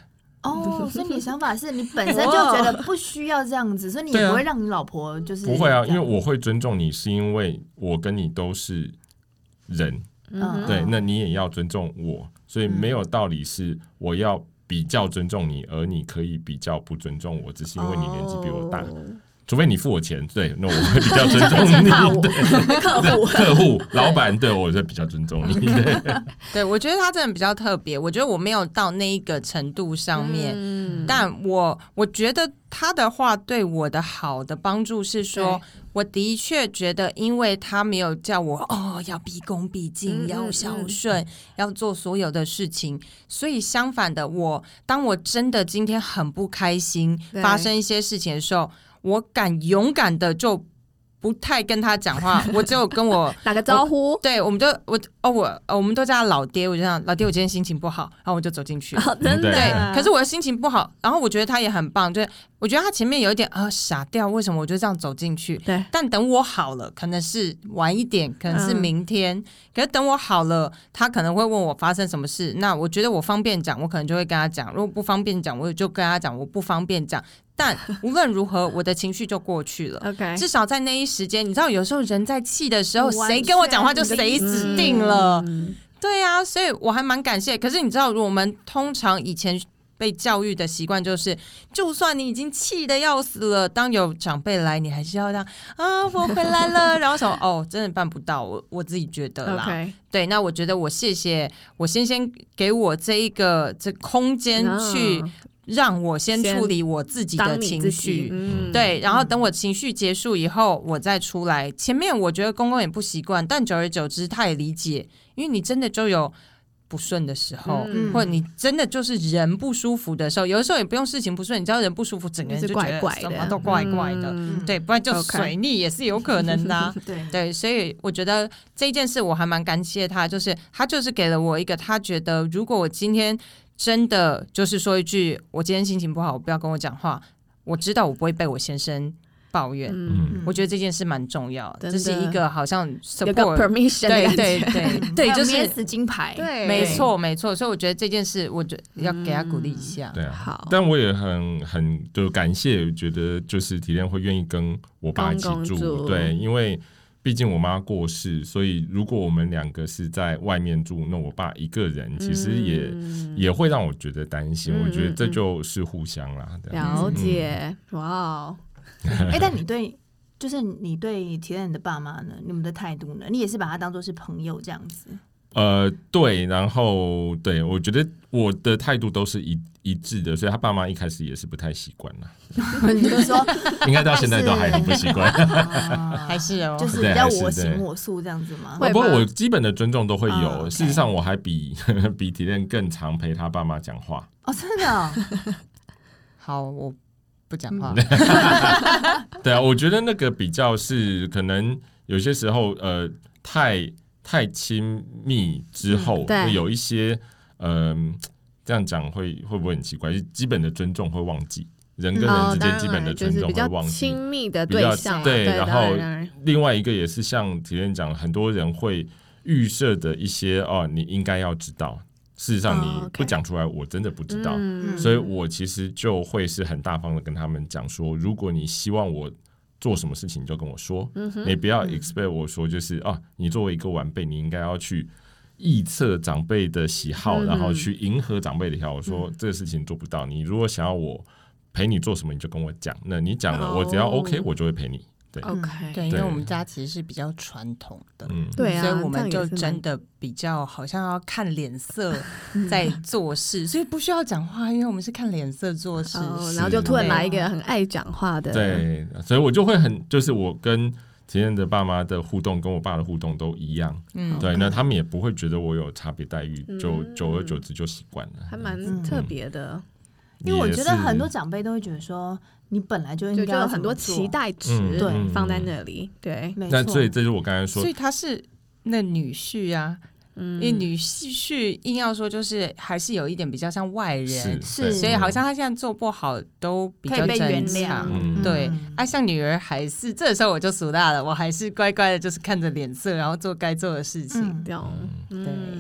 哦，所以你的想法是你本身就觉得不需要这样子，所以你也不会让你老婆就是不会啊，因为我会尊重你，是因为我跟你都是人，对，那你也要尊重我，所以没有道理是我要比较尊重你，而你可以比较不尊重我，只是因为你年纪比我大。除非你付我钱，对，那我会比较尊重你。客户、老板，对我就比较尊重你。 对，我觉得他真的比较特别。我觉得我没有到那一个程度上面，但我觉得他的话对我的好的帮助是说，我的确觉得，因为他没有叫我要毕恭毕敬，要孝顺，要做所有的事情，所以相反的，当我真的今天很不开心，发生一些事情的时候。我敢勇敢的就不太跟他讲话，我只有跟我打个招呼。 对，我们都叫他老爹，我就讲老爹，我今天心情不好，然后我就走进去。 真的， 对。可是我的心情不好，然后我觉得他也很棒，就是我觉得他前面有一点傻掉，为什么我就这样走进去？ 对。 但等我好了，可能是晚一点，可能是明天。可是等我好了，他可能会问我发生什么事，那我觉得我方便讲，我可能就会跟他讲；如果不方便讲，我就跟他讲我不方便讲。但无论如何，我的情绪就过去了。 Okay. 至少在那一时间，你知道，有时候人在气的时候，谁跟我讲话就谁死定了。对啊，所以我还蛮感谢。可是你知道，我们通常以前被教育的习惯就是，就算你已经气得要死了，当有长辈来，你还是要让我回来了，然后什么真的办不到，我自己觉得啦。 Okay. 对，那我觉得我谢谢我先给我这空间去。让我先处理我自己的情绪，对，然后等我情绪结束以后，我再出来。前面我觉得公公也不习惯，但久而久之他也理解，因为你真的就有不顺的时候，或者你真的就是人不舒服的时候，有的时候也不用事情不顺，你知道人不舒服，整个人就觉得什么都怪怪的，对，不然就水逆也是有可能的啊。对，所以我觉得这件事我还蛮感谢他，就是他就是给了我一个他觉得如果我今天真的就是说一句我今天心情不好，不要跟我讲话，我知道我不会被我先生抱怨。我觉得这件事蛮重要的，这是一个好像 support, 有个 permission 的感觉，对，就是死金牌， 对，没错，所以我觉得这件事，我觉得要给他鼓励一下。 对啊，好，但我也很就感谢，觉得就是体谅会愿意跟我爸一起住，对，因为毕竟我妈过世，所以如果我们两个是在外面住，那我爸一个人其实也会让我觉得担心。我觉得这就是互相啦。 了解，哇哦！ 但你对体谅的爸妈呢？你们的态度呢？你也是把他当作是朋友这样子？ 对，然后对，我觉得我的态度都是一致的，所以他爸妈一开始也是不太习惯啦。 你就说， 应该到现在都还很不习惯， 还是就是比较我行我素这样子吗？ 不过我基本的尊重都会有。事实上，我还比体谅更常陪他爸妈讲话。 真的好，我不讲话。 对啊，我觉得那个比较是可能有些时候太亲密之后，会有一些这样讲会不会很奇怪？基本的尊重会忘记，人跟人之间基本的尊重会忘记， 亲密的对象对。然后另外一个也是像体验讲，很多人会预设的一些你应该要知道，事实上你不讲出来，我真的不知道。所以我其实就会是很大方的跟他们讲说，如果你希望我做什么事情，你就跟我说，你不要 expect 我说就是你作为一个晚辈，你应该要去臆测长辈的喜好，然后去迎合长辈的喜好。我说这个事情做不到，你如果想要我陪你做什么，你就跟我讲。那你讲了，我只要 OK， 我就会陪你。对 ，OK， 对，因为我们家其实是比较传统的， 对啊， 所以我们就真的比较好像要看脸色在做事，所以不需要讲话，因为我们是看脸色做事。 然后就突然来一个很爱讲话的， 对，所以我就会就是我跟体验的爸妈的互动跟我爸的互动都一样，对，那他们也不会觉得我有差别待遇，就久而久之就习惯了， 还蛮特别的。 因为我觉得很多长辈都会觉得说，你本来就应该有很多期待值，对，放在那里，对， 没错。 所以这就是我刚才说， 所以他是那女婿啊。因为女婿硬要说就是还是有一点比较像外人， 是， 所以好像他现在做不好都比较正常，对。像女儿还是这时候我就属大了，我还是乖乖的，就是看着脸色，然后做该做的事情。 对，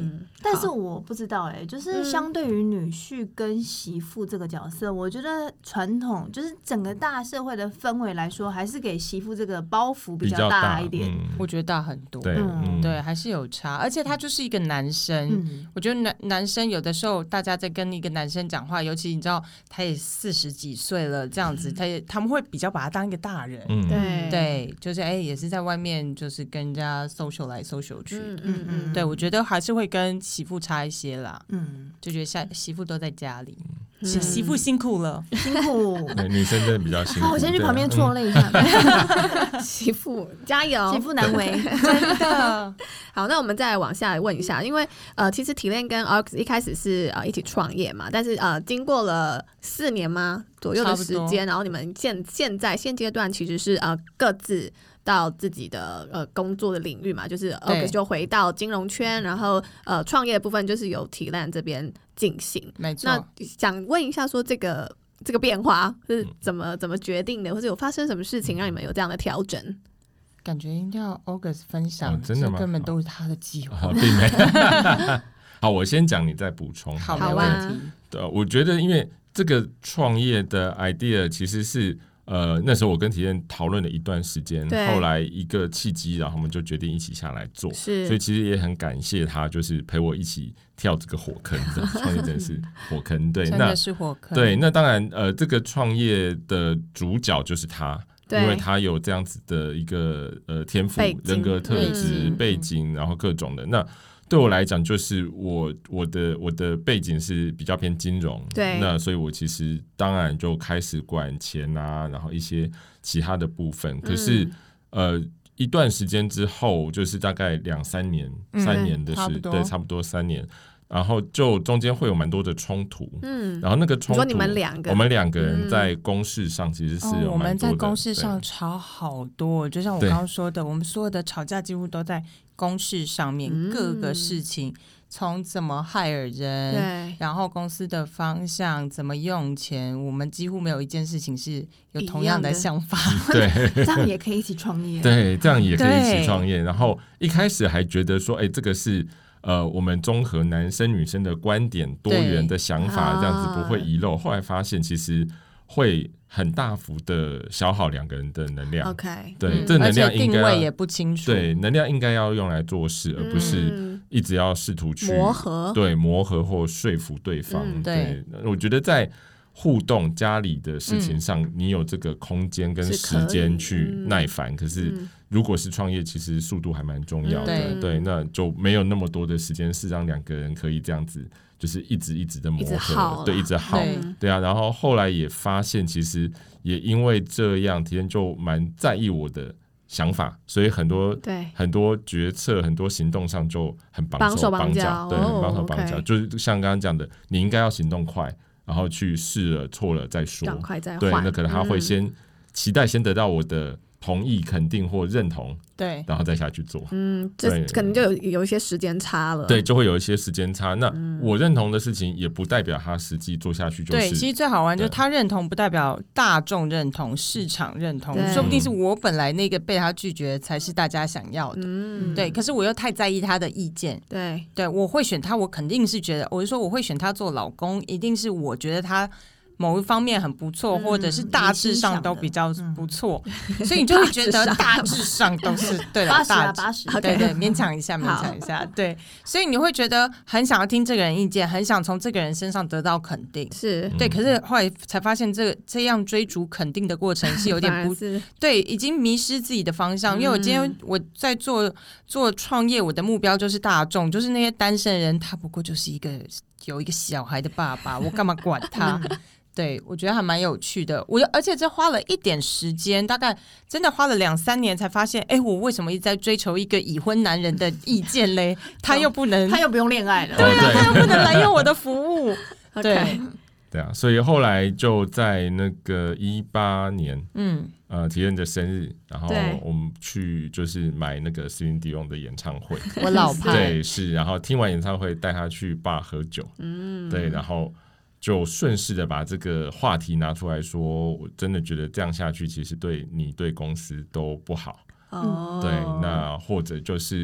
但是我不知道就是相对于女婿跟媳妇这个角色，我觉得传统就是整个大社会的氛围来说，还是给媳妇这个包袱比较大一点。 我觉得大很多，对，还是有差。而且他就是一个男生，我觉得男生有的时候大家在跟一个男生讲话，尤其你知道他也40几岁了这样子，他们会比较把他当一个大人，对，就是也是在外面就是跟人家 social 来 social 去，对，我觉得还是会跟媳妇差一些啦，就觉得媳妇都在家里，媳妇辛苦了， 辛苦， 女生真的比较辛苦。 我先去旁边啜泪一下， 媳妇加油， 媳妇难为， 真的。 好，那我们再往下问一下，因为其实体链跟 OX 一开始是一起创业嘛，但是经过了4年吗左右的时间，然后你们现阶段其实是各自到自己的工作的领域嘛，就是 OX 就回到金融圈，然后创业的部分就是由体链这边进行。 没错。 那想问一下，说这个变化是怎么决定的，或者有发生什么事情让你们有这样的调整？ 感觉一定要 August 分享， 真的吗？ 根本都是他的计划， 并没有。好，我先讲，你再补充。 好，没问题。 我觉得因为这个创业的 idea 其实是那时候我跟体验讨论了一段时间，后来一个契机，然后我们就决定一起下来做。所以其实也很感谢他，就是陪我一起跳这个火坑的创业，真是火坑。对， 真的是火坑。 对，那当然这个创业的主角就是他。因为他有这样子的一个天赋、人格特质、背景，然后各种的。那对我来讲，就是我的背景是比较偏金融，对，那所以我其实当然就开始管钱啊，然后一些其他的部分。可是一段时间之后，就是大概2-3年、3年的时，对，差不多3年。然后就中间会有蛮多的冲突，然后那个冲突，我们两个人在公事上其实是有蛮多的， 我们在公事上吵好多，就像我刚刚说的，我们所有的吵架几乎都在公事上面，各个事情，从怎么hire人，然后公司的方向，怎么用钱，我们几乎没有一件事情是有同样的想法。 对， 这样也可以一起创业。 对，这样也可以一起创业。然后一开始还觉得说，这个是。我们综合男生女生的观点、多元的想法，这样子不会遗漏。后来发现，其实会很大幅的消耗2个人的能量。 OK， 对，这能量应该定位也不清楚。 对，能量应该要用来做事，而不是一直要试图去磨合或说服对方。对，我觉得在互动家里的事情上，你有这个空间跟时间去耐烦，可是如果是创业，其实速度还蛮重要的。对，那就没有那么多的时间是让2个人可以这样子，就是一直的磨合，对，一直耗，对啊。然后后来也发现，其实也因为这样，体验就蛮在意我的想法，所以很多决策、很多行动上就很绑手绑脚，对，很绑手绑脚。就是像刚刚讲的，你应该要行动快。然后去试了错了再说， 赶快再换。 对，那可能他会先期待先得到我的同意、肯定或认同， 对， 然后再下去做。 这可能就有一些时间差了。 对，就会有一些时间差。那我认同的事情，也不代表他实际做下去就是。 对，其实最好玩就是他认同，不代表大众认同、市场认同，说不定是我本来那个被他拒绝才是大家想要的。对，可是我又太在意他的意见。对，我会选他，我肯定是觉得，我就说我会选他做老公，一定是我觉得他。某一方面很不错，或者是大致上都比较不错，所以你就会觉得大致上都是对了 ，80， 对，勉强一下，对，所以你会觉得很想要听这个人意见，很想从这个人身上得到肯定， 是对。可是后来才发现，这样追逐肯定的过程是有点不对，已经迷失自己的方向。因为我今天我在做创业，我的目标就是大众，就是那些单身人，他不过就是有一个小孩的爸爸，我干嘛管他？对，我觉得还蛮有趣的。而且这花了一点时间，大概真的花了2-3年才发现，我为什么一直在追求一个已婚男人的意见嘞？他又不用恋爱了， 对啊，他又不能来用我的服务。 对啊，所以后来就在那个18年，体验的生日，然后我们去就是买那个Celine Dion的演唱会， 我老派， 对，是，然后听完演唱会带他去bar喝酒，对，然后。就顺势的把这个话题拿出来说，我真的觉得这样下去，其实对你对公司都不好。对，那或者就是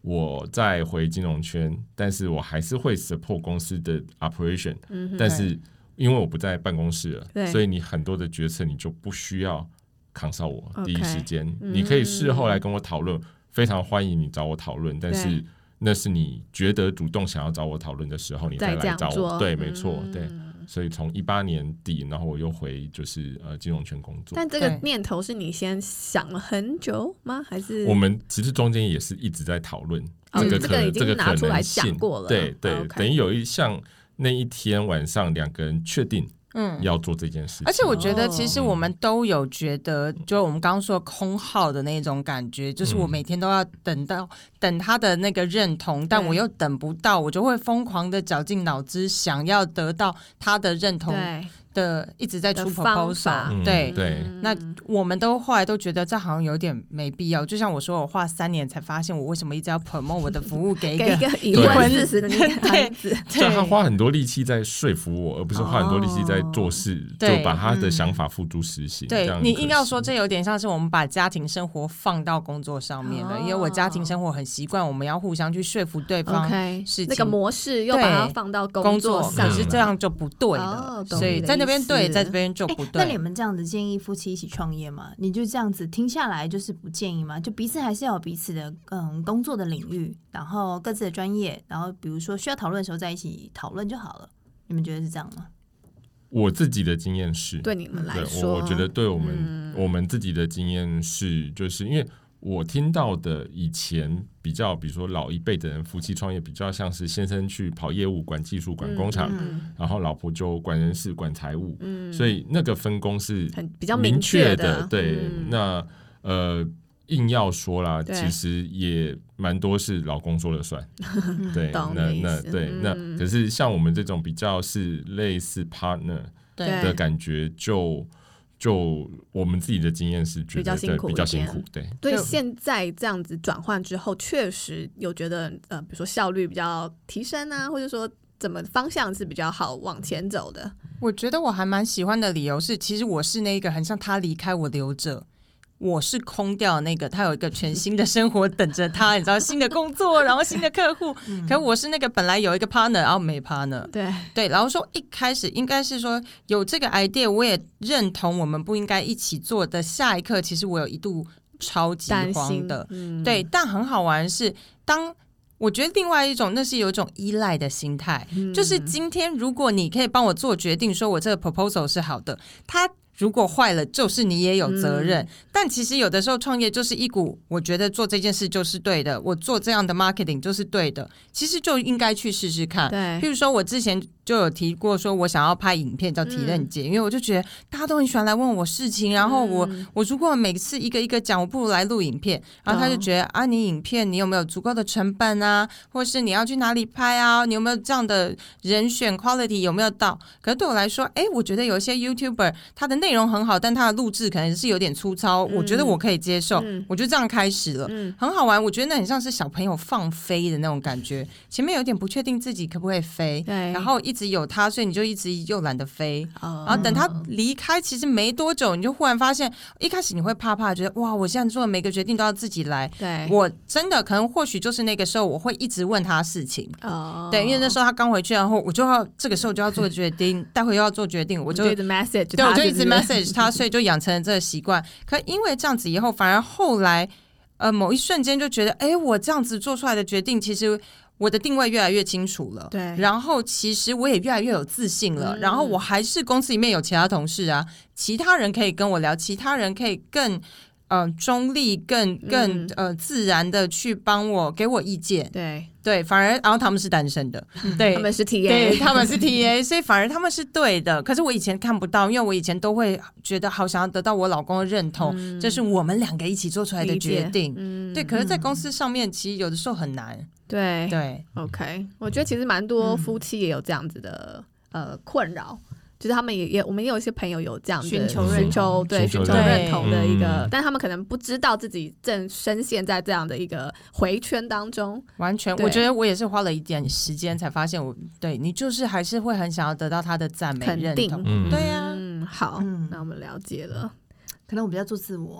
我再回金融圈，但是我还是会 support 公司的 operation，但是因为我不在办公室了，所以你很多的决策你就不需要扛上我第一时间，你可以事后来跟我讨论，非常欢迎你找我讨论，但是那是你觉得主动想要找我讨论的时候，你再来找我。对，没错，对。所以从18年底，然后我又回就是金融圈工作。 但这个念头是你先想了很久吗？还是我们其实中间也是一直在讨论这个已经拿出来讲过了？ 对对，等于有一项那一天晚上2个人确定要做这件事情。 而且我觉得其实我们都有觉得就我们刚刚说空号的那种感觉，就是我每天都要等他的那个认同，但我又等不到，我就会疯狂的绞尽脑汁想要得到他的认同的，一直在出 proposal。 对，那我们都后来都觉得这好像有点没必要，就像我说我花3年才发现我为什么一直要 promote 我的服务给一个已婚40的女孩子， 对，他花很多力气在说服我，而不是花很多力气在做事，就把他的想法付诸实行。 对，你硬要说这有点像是我们把家庭生活放到工作上面了，因为我家庭生活很习惯我们要互相去说服对方事情， 那个模式又把它放到工作上， 可是这样就不对了，所以在那边对，在这边就不对。 那你们这样子建议夫妻一起创业吗？你就这样子听下来就是不建议吗？就彼此还是要有彼此的工作的领域，然后各自的专业，然后比如说需要讨论的时候在一起讨论就好了。你们觉得是这样吗？ 我自己的经验是， 对你们来说， 我觉得对我们自己的经验是，就是因为我听到的以前比较，比如说老一辈的人夫妻创业，比较像是先生去跑业务、管技术、管工厂，然后老婆就管人事、管财务，所以那个分工是比较明确的。 对，那硬要说啦，其实也蛮多是老公说了算。对，那可是像我们这种比较是类似 partner 的感觉，就我们自己的经验是觉得比较辛苦。 对，现在这样子转换之后，确实有觉得比如说效率比较提升啊，或者说怎么方向是比较好往前走的。 我觉得我还蛮喜欢的理由是，其实我是那个很像他离开我留着，我是空掉那个，他有一个全新的生活等着他，你知道，新的工作，然后新的客户。可我是那个本来有一个 partner， 然后没 partner。对，然后说一开始应该是说有这个 idea， 我也认同我们不应该一起做的下一刻，其实我有一度超级慌的。对，但很好玩的是，我觉得另外一种，那是有一种依赖的心态，就是今天如果你可以帮我做决定，说我这个 proposal 是好的，他如果坏了就是你也有责任。但其实有的时候创业就是一股我觉得做这件事就是对的，我做这样的 marketing 就是对的，其实就应该去试试看。譬如说我之前就有提过说我想要拍影片叫体认节，因为我就觉得大家都很喜欢来问我事情，然后我如果每次一个一个讲，我不如来录影片。然后他就觉得你影片你有没有足够的成本啊，或是你要去哪里拍啊，你有没有这样的人选 quality 有没有到。可是对我来说我觉得有一些 YouTuber 他的内容很好，但他的录制可能是有点粗糙，我觉得我可以接受。我就这样开始了，很好玩。我觉得那很像是小朋友放飞的那种感觉，前面有点不确定自己可不可以飞，然后一直有他，所以你就一直又懒得飞。然后等他离开其实没多久，你就忽然发现，一开始你会怕觉得哇，我现在做的每个决定都要自己来。我真的可能或许就是那个时候我会一直问他事情。对，因为那时候他刚回去，然后我就要这个时候就要做决定，待会又要做决定，我就一直 message 对，我就一直 message 他，所以就养成了这个习惯。可因为这样子以后，反而后来某一瞬间就觉得我这样子做出来的决定，其实我的定位越来越清楚了。 对， 然后其实我也越来越有自信了。然后我还是公司里面有其他同事啊，其他人可以跟我聊，其他人可以更中立更自然的去帮我给我意见。对，反而然后他们是单身的，对， 他们是 TA， 对，他们是 TA， 所以反而他们是对的。可是我以前看不到，因为我以前都会觉得好想要得到我老公的认同，这是我们两个一起做出来的决定。对，可是在公司上面其实有的时候很难。 对 OK， 我觉得其实蛮多夫妻也有这样子的困扰，就是他们我们也有一些朋友有这样的寻求认同的一个，但他们可能不知道自己正深陷在这样的一个回圈当中。 完全，我觉得我也是花了一点时间才发现对你就是还是会很想要得到他的赞美认同。对啊， 好，那我们了解了。 可能我比较做自我，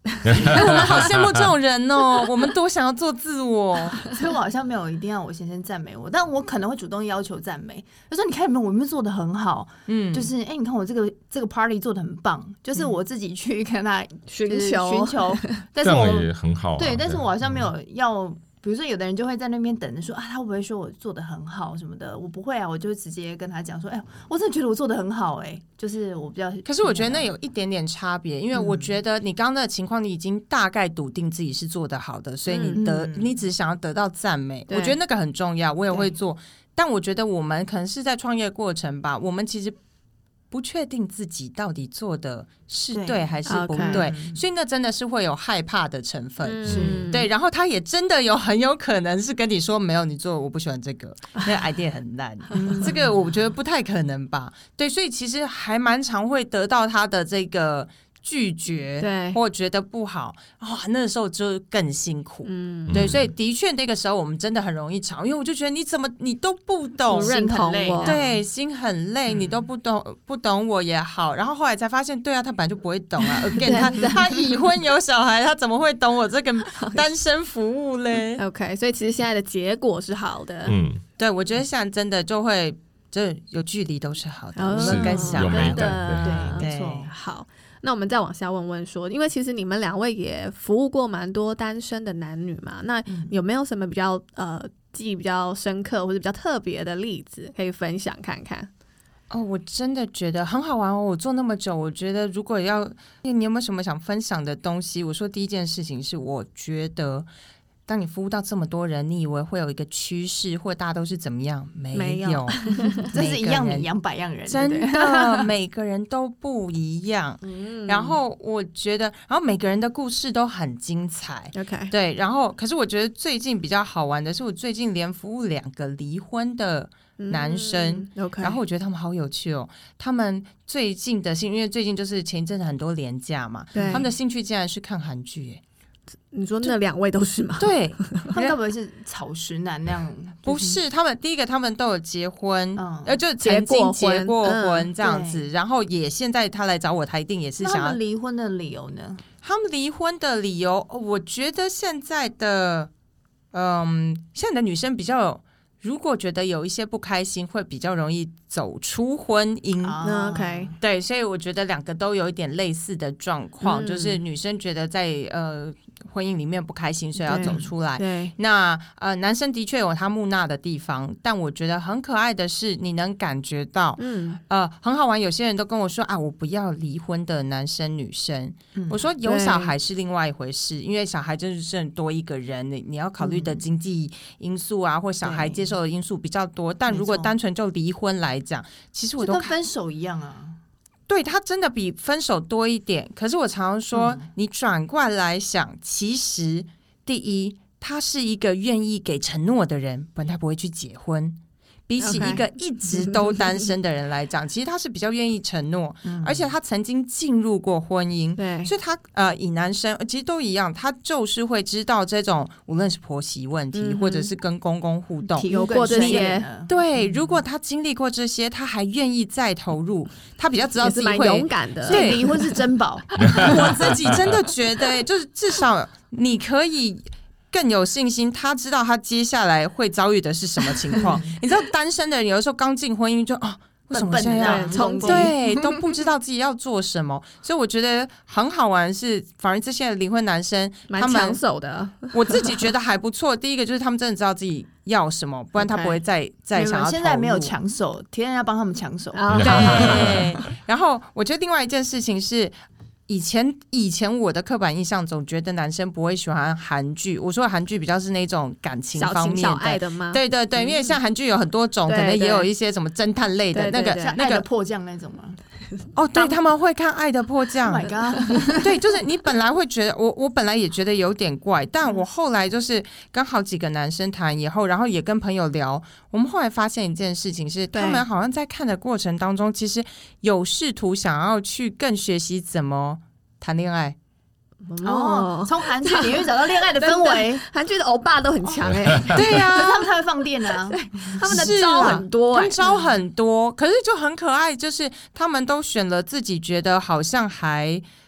我们好羡慕这种人哦，我们多想要做自我。 所以我好像没有一定要我先生赞美我，但我可能会主动要求赞美，就说你看我们做的很好，就是你看我这个 party 做的很棒，就是我自己去跟他寻求，但是我这样也很好对，但是我好像没有要。比如说有的人就会在那边等着说他会不会说我做的很好什么的，我不会啊，我就直接跟他讲说我真的觉得我做的很好就是我比较。 可是我觉得那有一点点差别，因为我觉得你刚刚的情况你已经大概笃定自己是做得好的，所以你只想要得到赞美，我觉得那个很重要，我也会做。但我觉得我们可能是在创业过程吧，我们其实不确定自己到底做的是对还是不对，所以那真的是会有害怕的成分，对。然后他也真的很有可能是跟你说没有，你做我不喜欢这个，那个 idea 很烂，这个我觉得不太可能吧。对，所以其实还蛮常会得到他的这个拒绝， 对， 或觉得不好，那时候就更辛苦，对，所以的确那个时候我们真的很容易吵，因为我就觉得你都不懂， 不认同我， 对，心很累，你都不懂我也好，然后后来才发现，对啊，他本来就不会懂啊，again 他已婚有小孩，他怎么会懂我这个单身服务嘞 ？OK， 所以其实现在的结果是好的， 对，我觉得现在真的就会，这有距离都是好的，我们更想有美感， 对，没错， 好。那我们再往下问说，因为其实你们两位也服务过蛮多单身的男女嘛，那有没有什么比较记忆比较深刻或者比较特别的例子可以分享看看？ 我真的觉得很好玩我做那么久，我觉得如果你有没有什么想分享的东西？我说第一件事情是，我觉得当你服务到这么多人，你以为会有一个趋势或大家都是怎么样？没有这是一样米养百样人， 真的每个人都不一样然后我觉得然后每个人的故事都很精彩 OK， 对，然后可是我觉得最近比较好玩的是，我最近连服务2个离婚的男生 OK， 然后我觉得他们好有趣他们最近的因为最近就是前一阵子很多连假嘛，他们的兴趣竟然是看韩剧你说那2位都是吗？ 对， 他们该不会是草食男那样？ 不是，他们第一个他们都有结婚，就曾经结过婚这样子，然后也现在他来找我，他一定也是想要。 他们离婚的理由呢？ 他们离婚的理由，我觉得现在的女生比较如果觉得有一些不开心，会比较容易走出婚姻。 OK， 对，所以我觉得2个都有一点类似的状况，就是女生觉得在婚姻里面不开心，所以要走出来。 对， 那男生的确有他木讷的地方，但我觉得很可爱的是，你能感觉到，很好玩。有些人都跟我说我不要离婚的男生女生。我说有小孩是另外一回事，因为小孩就是多一个人，你要考虑的经济因素啊，或小孩接受的因素比较多。但如果单纯就离婚来讲，其实我都跟分手一样啊。 对，他真的比分手多一点。可是我常常说，你转过来想，其实第一，他是一个愿意给承诺的人，不然他不会去结婚。比起一个一直都单身的人来讲，其实他是比较愿意承诺，而且他曾经进入过婚姻，所以他以男生其实都一样，他就是会知道这种无论是婆媳问题，或者是跟公公互动， 有过这些。 对，如果他经历过这些，他还愿意再投入，他比较知道自己会勇敢的。 对，离婚是珍宝。 我自己真的觉得，就是至少你可以更有信心，他知道他接下来会遭遇的是什么情况。你知道单身的人有的时候刚进婚姻就为什么现在要冲击？ 对，都不知道自己要做什么。所以我觉得很好玩的是，反而这些离婚男生蛮抢手的， 我自己觉得还不错。第一个就是他们真的知道自己要什么，不然他不会再想要投入。 现在没有抢手，体验要帮他们抢手。 对，然后我觉得另外一件事情是，以前我的刻板印象总觉得男生不会喜欢韩剧。我说的韩剧比较是那种感情方面的， 小爱的吗？ 对对对，因为像韩剧有很多种，可能也有一些什么侦探类的，那个爱的迫降那种吗？ 对，他们会看《爱的迫降》。 Oh my god！ 对，就是你本来会觉得，我本来也觉得有点怪，但我后来就是跟好几个男生谈以后，然后也跟朋友聊，我们后来发现一件事情是，他们好像在看的过程当中，其实有试图想要去更学习怎么谈恋爱。 从韩剧里面找到恋爱的氛围， 韩剧的欧巴都很强对呀， 他们才会放电啊， 他们的招很多， 他们招很多，可是就很可爱，就是他们都选了自己觉得好像还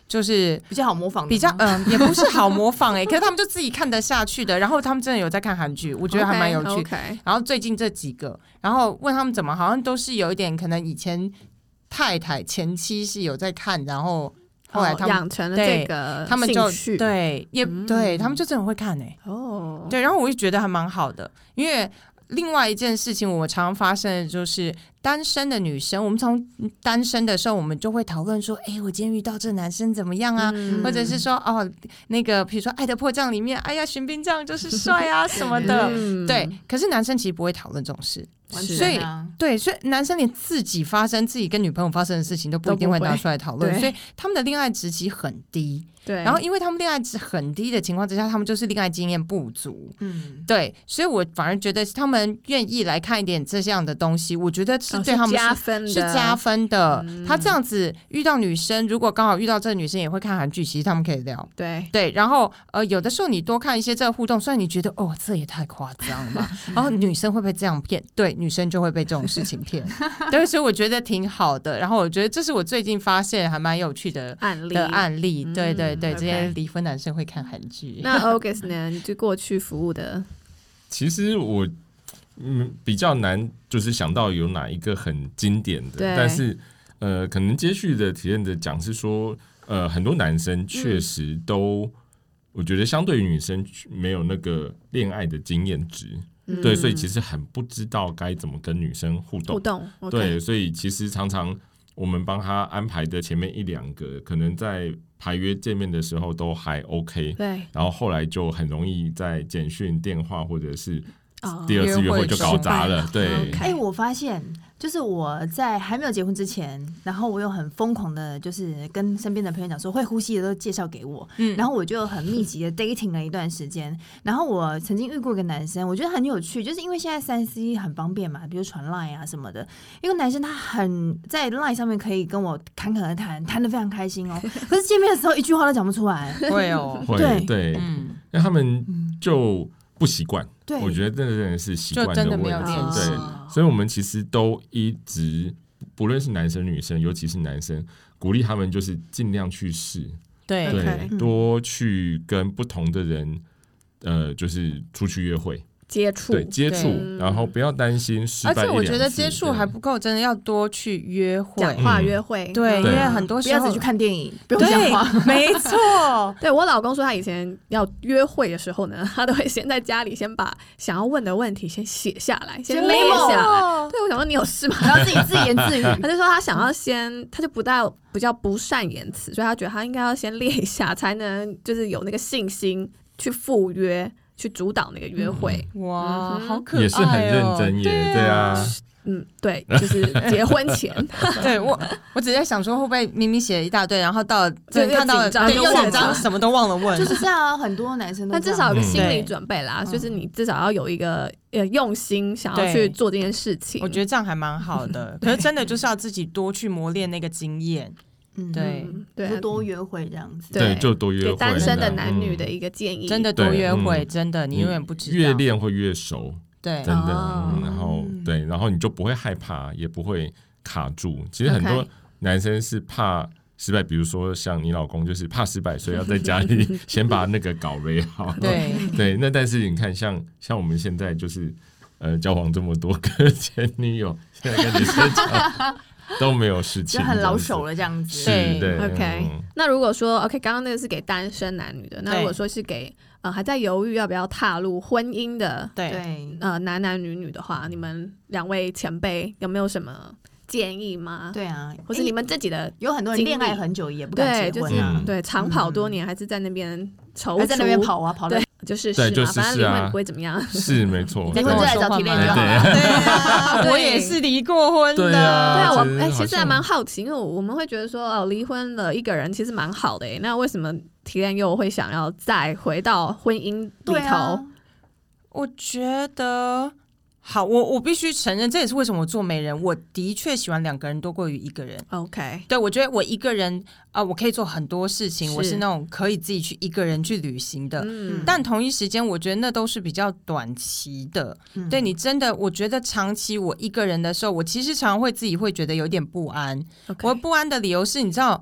就是比较好模仿的， 比较也不是好模仿可是他们就自己看得下去的，然后他们真的有在看韩剧，我觉得还蛮有趣。然后最近这几个，然后问他们怎么，好像都是有一点可能以前太太前妻是有在看，然后后来他们养成了这个他们就兴趣， 对也对他们就真的会看对，然后我就觉得还蛮好的，因为另外一件事情我常常发生的就是单身的女生，我们从单身的时候我们就会讨论说我今天遇到这男生怎么样啊，或者是说那个比如说爱的迫降里面哎呀荀彬将就是帅啊什么的对，可是男生其实不会讨论这种事，所以对，所以男生连自己跟女朋友发生的事情都不一定会拿出来讨论，所以他们的恋爱值其实很低。对，然后因为他们恋爱值很低的情况之下，他们就是恋爱经验不足。对，所以我反而觉得他们愿意来看一点这样的东西，我觉得是对他们是加分的。他这样子遇到女生，如果刚好遇到这个女生也会看韩剧，其实他们可以聊。对，然后有的时候你多看一些这个互动，虽然你觉得这也太夸张了吧，然后女生会不会这样骗？对，女生就会被这种事情骗。对，所以我觉得挺好的。然后我觉得这是我最近发现还蛮有趣的案例。对对。对，这些离婚男生会看韩剧。 那 August 呢？你就过去服务的， 其实我比较难，就是想到有哪一个很经典的，但是可能接续的体验的讲是说，很多男生确实都，我觉得相对于女生没有那个恋爱的经验值。对，所以其实很不知道该怎么跟女生互动。对，所以其实常常我们帮他安排的前面1-2个，可能在排约见面的时候都还 OK， 对，然后后来就很容易在简讯、电话或者是第二次约会就搞砸了。对， 我发现就是我在还没有结婚之前，然后我有很疯狂的，就是跟身边的朋友讲说会呼吸的都介绍给我，然后我就很密集的 dating 了一段时间。然后我曾经遇过一个男生，我觉得很有趣，就是因为现在3C 很方便嘛，比如传 LINE 啊什么的，一个男生他很在 LINE 上面可以跟我侃侃而谈，谈得非常开心哦，可是见面的时候一句话都讲不出来。 会对，因为他们就不习惯。对，我觉得真的是习惯的问题。对，所以我们其实都一直，不论是男生女生，尤其是男生，鼓励他们就是尽量去试，对，多去跟不同的人，就是出去约会。接触，然后不要担心失败1-2次。 而且我觉得接触还不够，真的要多去约会， 讲话约会。 对，因为很多时候不要只去看电影，不用讲话。 没错， 对我老公说，他以前要约会的时候呢，他都会先在家里先把想要问的问题先写下来，先列下来。对，我想说你有事吗？ 然后自己自言自语。 他就说他想要先，他就比较不善言辞，所以他觉得他应该要先列一下，才能就是有那个信心去赴约。去主导那个约会。 哇，好可爱也是很认真耶。对啊， 对，就是结婚前。 对，我只在想说会不会明明写了一大堆，然后到了看到又紧张，什么都忘了问。 就是这样啊，很多男生都但至少有个心理准备啦，就是你至少要有一个用心想要去做这件事情。 我觉得这样还蛮好的，可是真的就是要自己多去磨练那个经验。对， 就多约会这样子。 对，就多约会。 给单身的男女的一个建议， 真的多约会，真的你永远不知道。 越练会越熟， 对， 真的。然后你就不会害怕，也不会卡住。其实很多男生是怕失败，比如说像你老公就是怕失败，所以要在家里先把那个稿背好。对，那但是你看，像我们现在就是交往这么多个前女友，现在跟女生讲。都没有事情， 就很老手了这样子。 对 ，OK。那如果说 OK， 刚刚那个是给单身男女的，那如果说是给还在犹豫要不要踏入婚姻的， 对， 男女的话，你们2位前辈有没有什么建议吗？ 对啊， 或是你们自己的有很多人恋爱很久也不敢结婚啊， 对，长跑多年还是在那边踌躇， 还在那边跑啊跑的。 就是反正离婚不会怎么样， 是没错。 离婚就来找提炼就好了。 对啊，我也是离过婚的。 对啊， 我其实还蛮好奇，因为我们会觉得说离婚了一个人其实蛮好的那为什么提炼又会想要再回到婚姻里头？ 我觉得。好，我必须承认，这也是为什么我做媒人，我的确喜欢2个人多过于1个人。 OK， 对，我觉得我一个人我可以做很多事情，我是那种可以自己去一个人去旅行的。但同一时间，我觉得那都是比较短期的。对你真的，我觉得长期我一个人的时候，我其实常常会自己会觉得有点不安。我不安的理由是，你知道。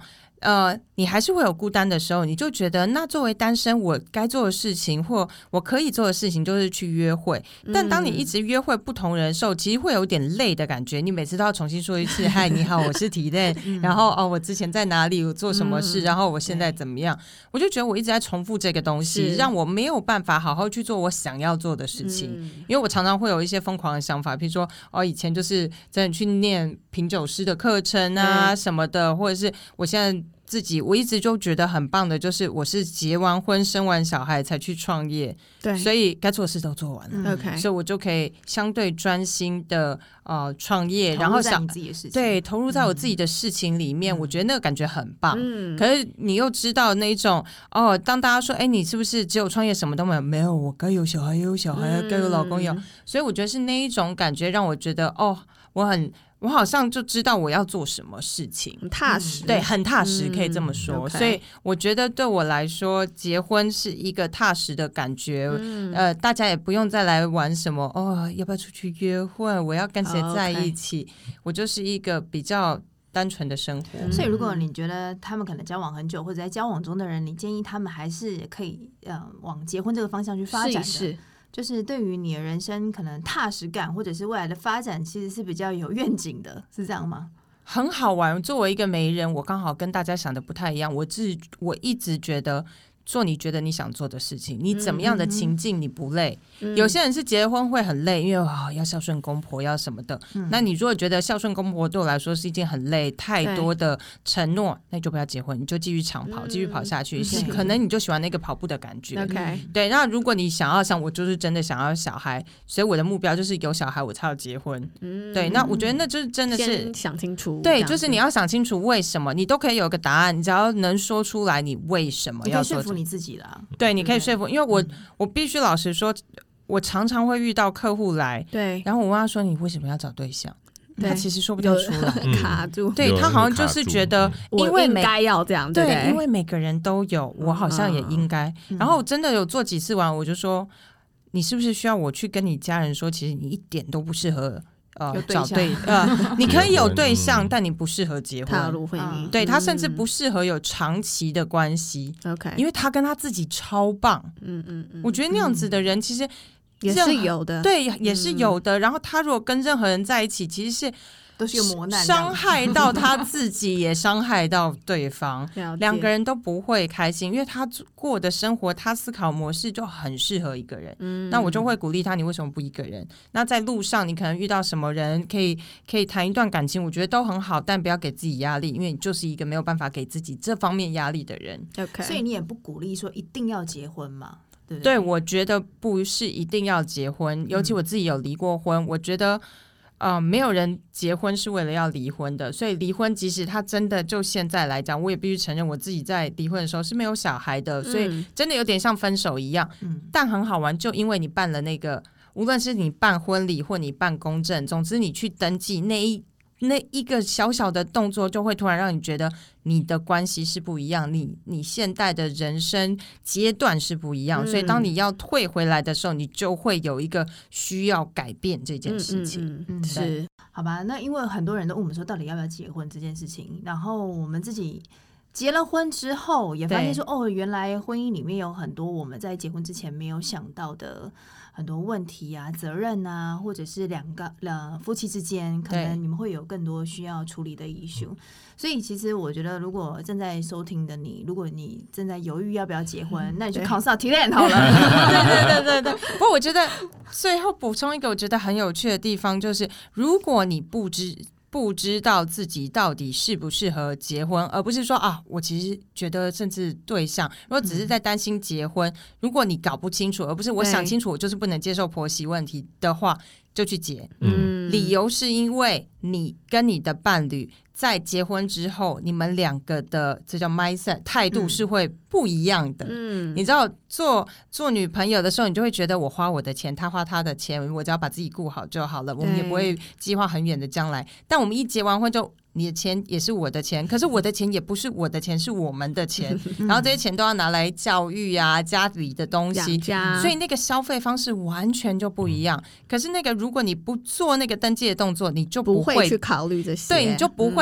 你还是会有孤单的时候，你就觉得那作为单身我该做的事情或我可以做的事情就是去约会，但当你一直约会不同人的时候，其实会有点累的感觉，你每次都要重新说一次嗨你好我是体内然后我之前在哪里我做什么事然后我现在怎么样，我就觉得我一直在重复这个东西，让我没有办法好好去做我想要做的事情，因为我常常会有一些疯狂的想法，比如说以前就是真的去念品酒师的课程啊什么的，或者是我现在自己我一直就觉得很棒的就是我是结完婚生完小孩才去创业，对，所以该做的事都做完了所以我就可以相对专心的创业，然后想自己的事情， 对，投入在我自己的事情里面我觉得那个感觉很棒可是你又知道那种当大家说你是不是只有创业什么都没有，没有，我该有小孩也有小孩该有老公有所以我觉得是那一种感觉让我觉得我好像就知道我要做什么事情， 很踏实对，很踏实可以这么说所以我觉得对我来说结婚是一个踏实的感觉大家也不用再来玩什么要不要出去约会我要跟谁在一起我就是一个比较单纯的生活所以如果你觉得他们可能交往很久或者在交往中的人，你建议他们还是可以往结婚这个方向去发展的，是就是对于你的人生可能踏实感或者是未来的发展其实是比较有愿景的，是这样吗？ 很好玩，作为一个媒人我刚好跟大家想的不太一样，我一直觉得做你觉得你想做的事情，你怎么样的情境你不累有些人是结婚会很累，因为要孝顺公婆要什么的那你如果觉得孝顺公婆对我来说是一件很累太多的承诺，那你就不要结婚，你就继续长跑继续跑下去可能你就喜欢那个跑步的感觉对，那如果你想要像我就是真的想要小孩，所以我的目标就是有小孩我才要结婚对，那我觉得那就是真的是先想清楚， 对，就是你要想清楚为什么，你都可以有个答案，你只要能说出来你为什么要做， 你可以说服你自己啦， 对，你可以说服，因为我必须老实说我常常会遇到客户来，对，然后我问他说你为什么要找对象，他其实说不太出来卡住， 对，他好像就是觉得因为应该要这样，对， 因为每个人都有我好像也应该然后我真的有做几次完我就说你是不是需要我去跟你家人说其实你一点都不适合找你可以有对象但你不适合结婚踏入婚姻对，他甚至不适合有长期的关系因为他跟他自己超棒我觉得那样子的人其实也是有的， 对，也是有的然后他如果跟任何人在一起其实是都是个磨难， 伤害到他自己也伤害到对方两个人都不会开心，因为他过的生活他思考模式就很适合一个人那我就会鼓励他你为什么不一个人，那在路上你可能遇到什么人可以谈一段感情我觉得都很好，但不要给自己压力，因为你就是一个没有办法给自己这方面压力的人所以你也不鼓励说一定要结婚嘛，对不对？对，我觉得不是一定要结婚尤其我自己有离过婚我觉得没有人结婚是为了要离婚的，所以离婚即使他真的就现在来讲我也必须承认我自己在离婚的时候是没有小孩的所以真的有点像分手一样但很好玩，就因为你办了那个无论是你办婚礼或你办公证，总之你去登记那一个小小的动作就会突然让你觉得你的关系是不一样，你现在的人生阶段是不一样所以当你要退回来的时候你就会有一个需要改变这件事情是好吧。那因为很多人都问我们说到底要不要结婚这件事情，然后我们自己结了婚之后也发现说原来婚姻里面有很多我们在结婚之前没有想到的很多问题啊责任啊，或者是两个夫妻之间可能你们会有更多需要处理的 issue所以其实我觉得如果正在收听的你，如果你正在犹豫要不要结婚那你去 consult Tilen 好了对不过我觉得最后补充一个我觉得很有趣的地方就是如果你不知道自己到底适不适合结婚，而不是说我其实觉得甚至对象如果只是在担心结婚如果你搞不清楚而不是我想清楚我就是不能接受婆媳问题的话就去结理由是因为你跟你的伴侣在结婚之后你们两个的这叫 mindset 态度是会不一样的你知道做女朋友的时候你就会觉得我花我的钱他花他的钱我只要把自己顾好就好了我们也不会计划很远的将来，但我们一结完婚就你的钱也是我的钱，可是我的钱也不是我的钱是我们的钱然后这些钱都要拿来教育啊家里的东西所以那个消费方式完全就不一样可是那个如果你不做那个登记的动作你就不会去考虑这些对你就不会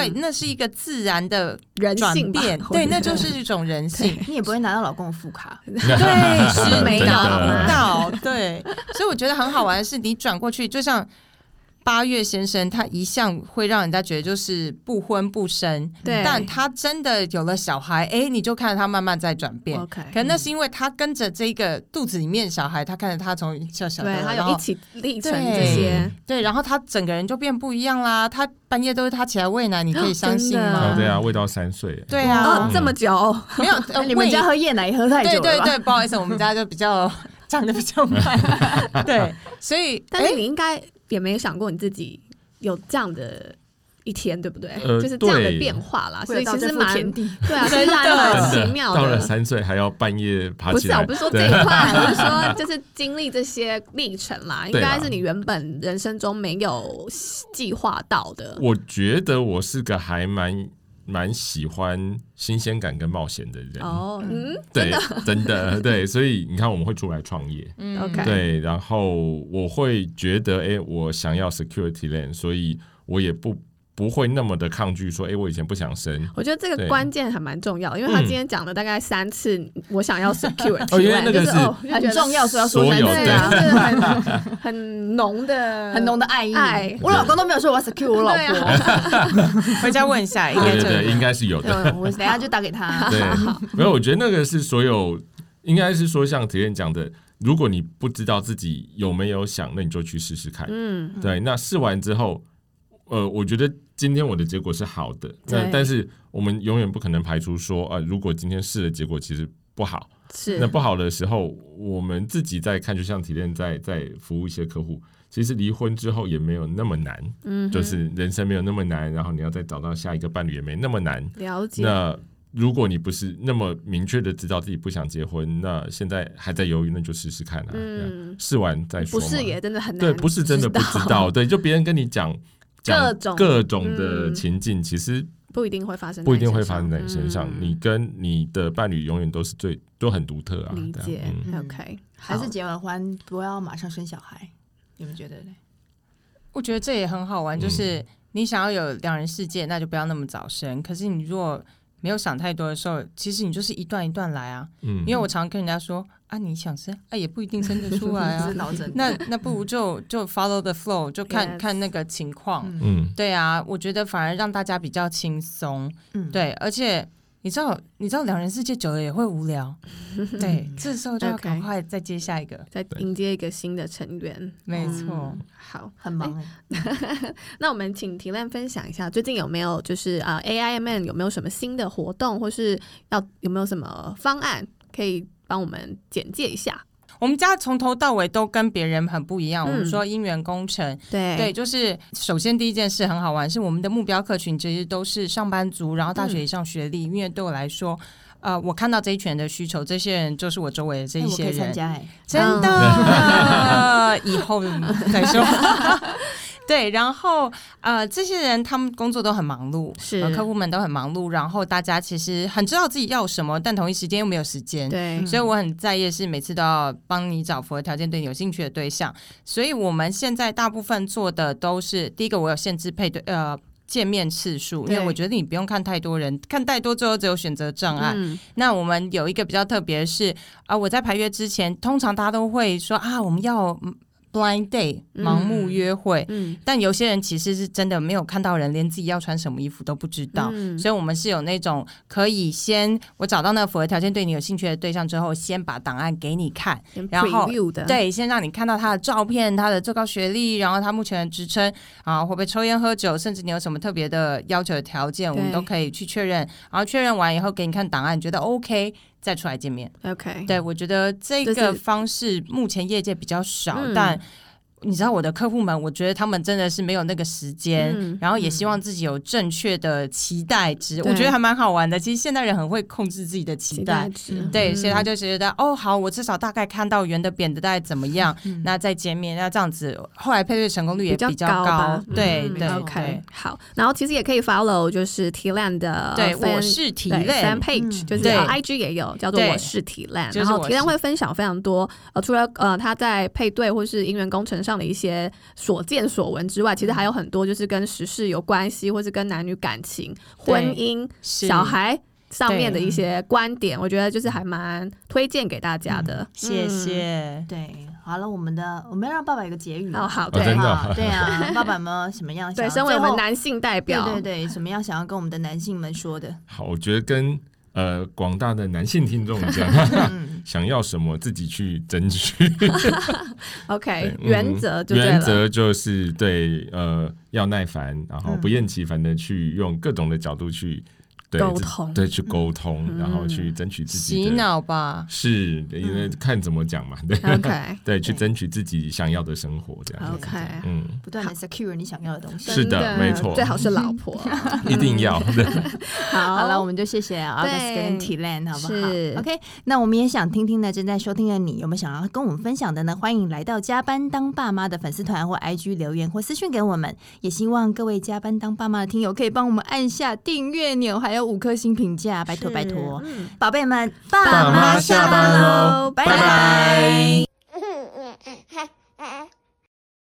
对，那是一个自然的转变，对，那就是一种人性。 你也不会拿到老公的副卡， 对，是没拿不到，对，所以我觉得很好玩的是，你转过去，就像八月先生，他一向会让人家觉得就是不婚不生， 对， 但他真的有了小孩，你就看着他慢慢在转变。 OK， 可能那是因为他跟着这个肚子里面小孩，他看着他从小小的， 对，他有一起历程这些， 对，然后他整个人就变不一样啦。他半夜都是他起来喂奶，你可以相信吗？ 对啊，喂到3岁。 对啊， 这么久没有？ 你们家喝夜奶喝太久了吧？ 对对对，不好意思，我们家就比较长得比较慢。对，所以但是你应该也没有想过你自己有这样的一天，对不对？就是这样的变化啦，所以其实蛮对啊，所以蛮奇妙的。 到了3岁还要半夜爬起来， 不是，我不是说这一块，我是说就是经历这些历程啦，应该是你原本人生中没有计划到的。 我觉得我是个还蛮喜欢新鲜感跟冒险的人对，真的对，所以你看我们会出来创业 ，OK， 对，然后我会觉得我想要 security land， 所以我也不会那么的抗拒说我以前不想生。 我觉得这个关键还蛮重要，因为他今天讲了大概3次我想要 security， 因为那个是很重要，所以要说3次， 对，很浓的爱意。我老公都没有说我要 secure 我老婆，回家问一下， 对，应该是有的。 我等一下就打给他。 对，没有，我觉得那个是所有，应该是说像体验讲的，如果你不知道自己有没有想，那你就去试试看。对，那试完之后，我觉得今天我的结果是好的，但是我们永远不可能排除说如果今天试的结果其实不好，那不好的时候，我们自己在看，就像体验在服务一些客户，其实离婚之后也没有那么难，就是人生没有那么难，然后你要再找到下一个伴侣也没那么难。 了解。 那如果你不是那么明确的知道自己不想结婚，那现在还在犹豫，那就试试看啊，试完再说嘛。 不是也真的很难， 对，不是真的不知道，对，就别人跟你讲各种的情境，其实不一定会发生在你身上。你跟你的伴侣永远都很独特啊。 理解，OK， 还是结完婚不要马上生小孩，你们觉得呢？ 我觉得这也很好玩，就是你想要有2人世界，那就不要那么早生。可是你如果没有想太多的时候，其实你就是一段一段来啊。因为我常跟人家说你想生也不一定生得出来啊。那不如就 follow the flow， 就看那个情况。对啊，我觉得反而让大家比较轻松。对，而且你知道2人世界久了也会无聊。对，这时候就要赶快再接下一个， 再迎接一个新的成员。 没错， 好， 很忙那我们请提炼分享一下，最近有没有就是AIMN 有没有什么新的活动，或是有没有什么方案可以帮我们简介一下？ 我们家从头到尾都跟别人很不一样。我们说因缘工程，对，就是首先第一件事很好玩，是我们的目标客群其实都是上班族，然后大学以上学历。因为对我来说，我看到这一群人的需求，这些人就是我周围的这一些人。 我可以参加真的，以后再说。对，然后这些人他们工作都很忙碌，客户们都很忙碌，然后大家其实很知道自己要什么，但同一时间又没有时间。 对， 所以我很在意的是每次都要帮你找符合条件对你有兴趣的对象。所以我们现在大部分做的都是，第一个我有限制配对见面次数，因为我觉得你不用看太多人，看太多最后只有选择障碍。那我们有一个比较特别的是我在排约之前，通常大家都会说我们要blind date 盲目约会，但有些人其实是真的没有看到人，连自己要穿什么衣服都不知道。所以我们是有那种可以先我找到那个符合条件对你有兴趣的对象之后，先把档案给你看，然后对，先让你看到他的照片，他的最高学历，然后他目前的职称会不会抽烟喝酒，甚至你有什么特别的要求的条件，我们都可以去确认。然后确认完以后给你看档案，觉得 OK再出来见面。 OK， 对，我觉得这个方式目前业界比较少，但你知道我的客户们，我觉得他们真的是没有那个时间，然后也希望自己有正确的期待值，我觉得还蛮好玩的。其实现代人很会控制自己的期待值，对，所以他就觉得好，我至少大概看到圆的扁的大概怎么样，那再见面，那这样子后来配对成功率也比较高。对对 ，OK， 好，然后其实也可以 follow 就是提炼的对我是提炼 fan page，就是 IG 也有叫做我是提炼，然后提炼会分享非常多除了他在配对或是姻缘工程上上的一些所见所闻之外，其实还有很多就是跟时事有关系，或是跟男女感情、婚姻、小孩上面的一些观点，我觉得就是还蛮推荐给大家的。 谢谢。 对，好了，我们要让爸爸有个结语。 好， 对， 对啊，爸爸有没有什么样想要？ 对，身为我们男性代表， 对，什么样想要跟我们的男性们说的？ 好，我觉得跟广大的男性听众讲，想要什么自己去争取。 OK， 原则就对了， 原则就是对，要耐烦，然后不厌其烦的去用各种的角度去。 沟通， 对，去沟通，然后去争取自己的洗脑吧， 是因为看怎么讲嘛，对 ，OK， 对，去争取自己想要的生活，这样 ，OK， 不断的 secure 你想要的东西， 是的，没错， 最好是老婆， 一定要。 好了，我们就谢谢 August 跟 Tilan 好不好 ？OK， 那我们也想听听呢，正在收听的你有没有想要跟我们分享的呢？欢迎来到加班当爸妈的粉丝团或 IG 留言或私讯给我们，也希望各位加班当爸妈的听友可以帮我们按下订阅钮，还有5颗星评价，拜托拜托，宝贝们，爸妈下班喽，拜拜。